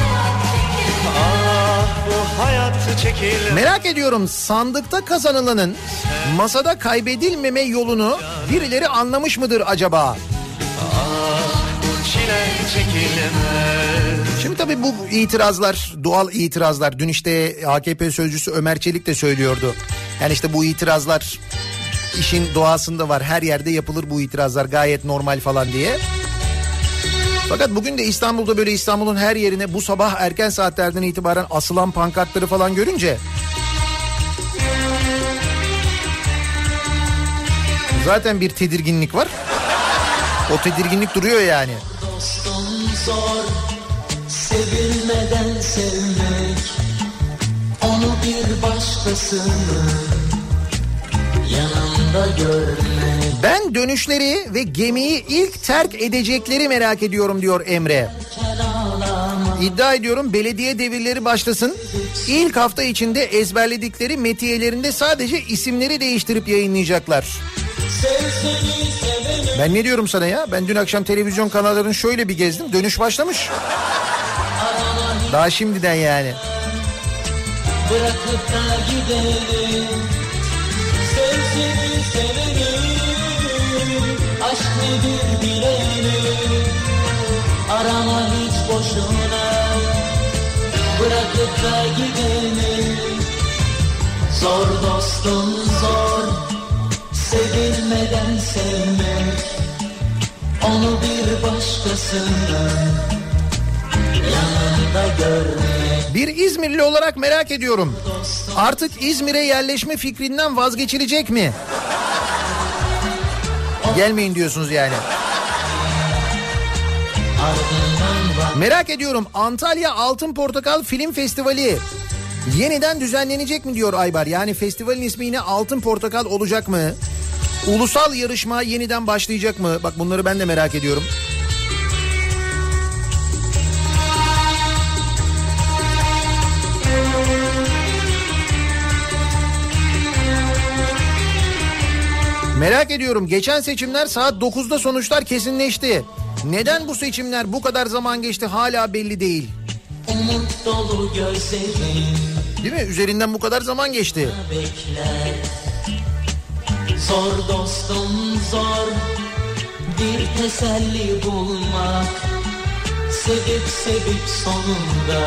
ah bu hayat çekilmez. Merak ediyorum, sandıkta kazanılanın masada kaybedilmeme yolunu birileri anlamış mıdır acaba? Ah bu çile çekilmez. Şimdi tabii bu itirazlar, doğal itirazlar. Dün işte A K P sözcüsü Ömer Çelik de söylüyordu. Yani işte bu itirazlar işin doğasında var. Her yerde yapılır bu itirazlar, gayet normal falan diye. Fakat bugün de İstanbul'da böyle İstanbul'un her yerine bu sabah erken saatlerden itibaren asılan pankartları falan görünce... zaten bir tedirginlik var. O tedirginlik duruyor yani. Dostum zor, sevilmeden sevmek bir başkasını yanımda görmek. Ben dönüşleri ve gemiyi ilk terk edecekleri merak ediyorum diyor Emre. İddia ediyorum belediye devirleri başlasın. İlk hafta içinde ezberledikleri metiyelerinde sadece isimleri değiştirip yayınlayacaklar. Ben ne diyorum sana ya? Ben dün akşam televizyon kanallarını şöyle bir gezdim. Dönüş başlamış. Daha şimdiden yani. Bırakıp da gidelim. Sev seni severim. Aşk nedir bilelim. Arama hiç boşuna. Bırakıp da gidelim. Zor dostum zor. Sevilmeden sevmek. Onu bir başkasının yanında görmek. Bir İzmirli olarak merak ediyorum. Artık İzmir'e yerleşme fikrinden vazgeçilecek mi? Gelmeyin diyorsunuz yani. Merak ediyorum, Antalya Altın Portakal Film Festivali yeniden düzenlenecek mi diyor Aybar. Yani festivalin ismi yine Altın Portakal olacak mı? Ulusal yarışma yeniden başlayacak mı? Bak bunları ben de merak ediyorum. Merak ediyorum, geçen seçimler saat dokuzda sonuçlar kesinleşti. Neden bu seçimler bu kadar zaman geçti hala belli değil. Umut dolu gözlerim. Değil mi? Üzerinden bu kadar zaman geçti. Bekler. Zor dostum zor. Bir teselli bulmak. Sevip sevip sonunda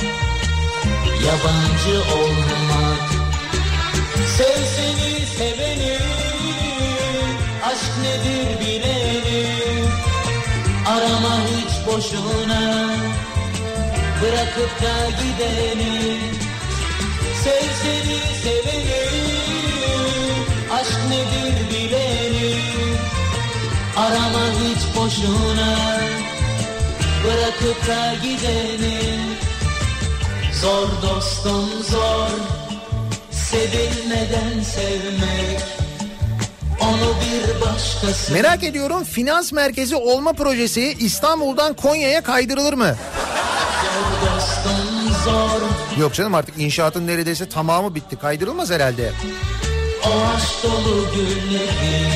yabancı olmak. Sev seni sevenim. Aşk nedir bilelim. Arama hiç boşuna. Bırakıp da gidelim. Sev seni sevelim. Aşk nedir bilelim. Arama hiç boşuna. Bırakıp da gidelim. Zor dostum zor. Sevilmeden sevmek. Onu bir başkası. Merak ediyorum, finans merkezi olma projesi İstanbul'dan Konya'ya kaydırılır mı? Zor dostum zor. Yok canım, artık inşaatın neredeyse tamamı bitti. Kaydırılmaz herhalde. O aşk dolu gülleri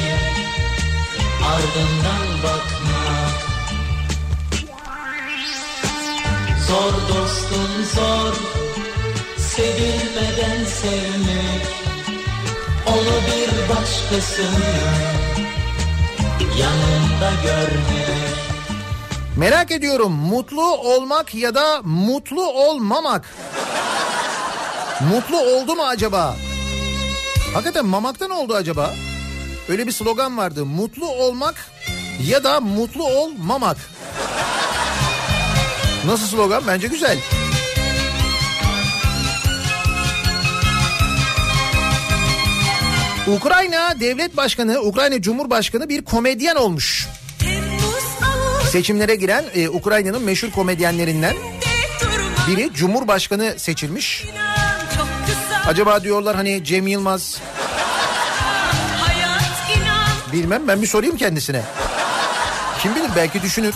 ardından bakmak. Zor dostum zor. Sevilmeden sevmek. Onu bir başkasının yanında görmek. Merak ediyorum, mutlu olmak ya da mutlu olmamak. Mutlu oldu mu acaba? Hakikaten mamaktan oldu acaba? Öyle bir slogan vardı. Mutlu olmak ya da mutlu olmamak. Nasıl slogan? Bence güzel. Ukrayna Devlet Başkanı, Ukrayna Cumhurbaşkanı bir komedyen olmuş. Seçimlere giren e, Ukrayna'nın meşhur komedyenlerinden biri Cumhurbaşkanı seçilmiş. Acaba diyorlar hani Cem Yılmaz, bilmem, ben bir sorayım kendisine. Kim bilir, belki düşünür.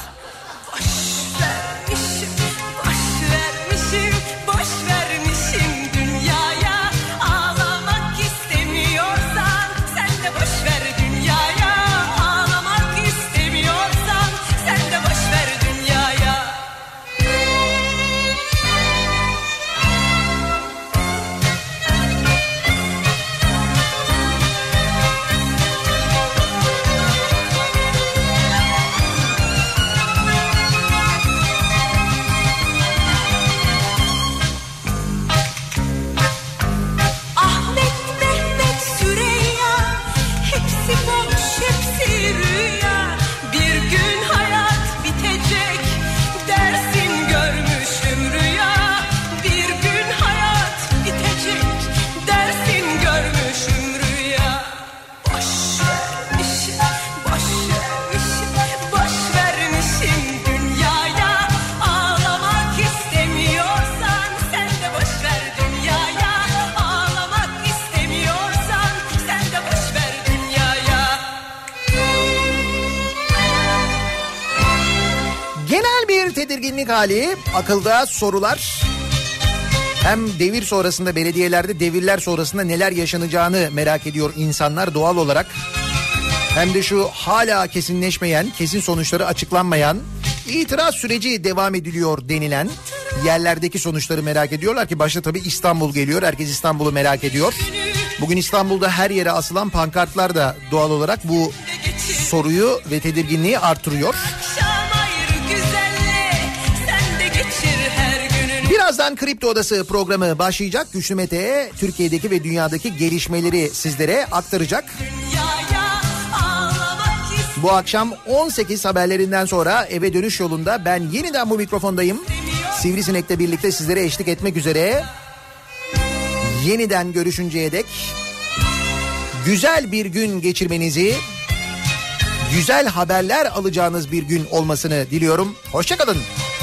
tedirginlik hali, akılda sorular. Hem devir sonrasında, belediyelerde devirler sonrasında neler yaşanacağını merak ediyor insanlar doğal olarak. Hem de şu hala kesinleşmeyen, kesin sonuçları açıklanmayan, itiraz süreci devam ediliyor denilen yerlerdeki sonuçları merak ediyorlar ki başta tabii İstanbul geliyor. Herkes İstanbul'u merak ediyor. Bugün İstanbul'da her yere asılan pankartlar da doğal olarak bu soruyu ve tedirginliği artırıyor. Birazdan Kripto Odası programı başlayacak. Güçlü Mete Türkiye'deki ve dünyadaki gelişmeleri sizlere aktaracak. Bu akşam on sekiz haberlerinden sonra eve dönüş yolunda ben yeniden bu mikrofondayım. Sivrisinek'le birlikte sizlere eşlik etmek üzere. Yeniden görüşünceye dek güzel bir gün geçirmenizi, güzel haberler alacağınız bir gün olmasını diliyorum. Hoşça kalın.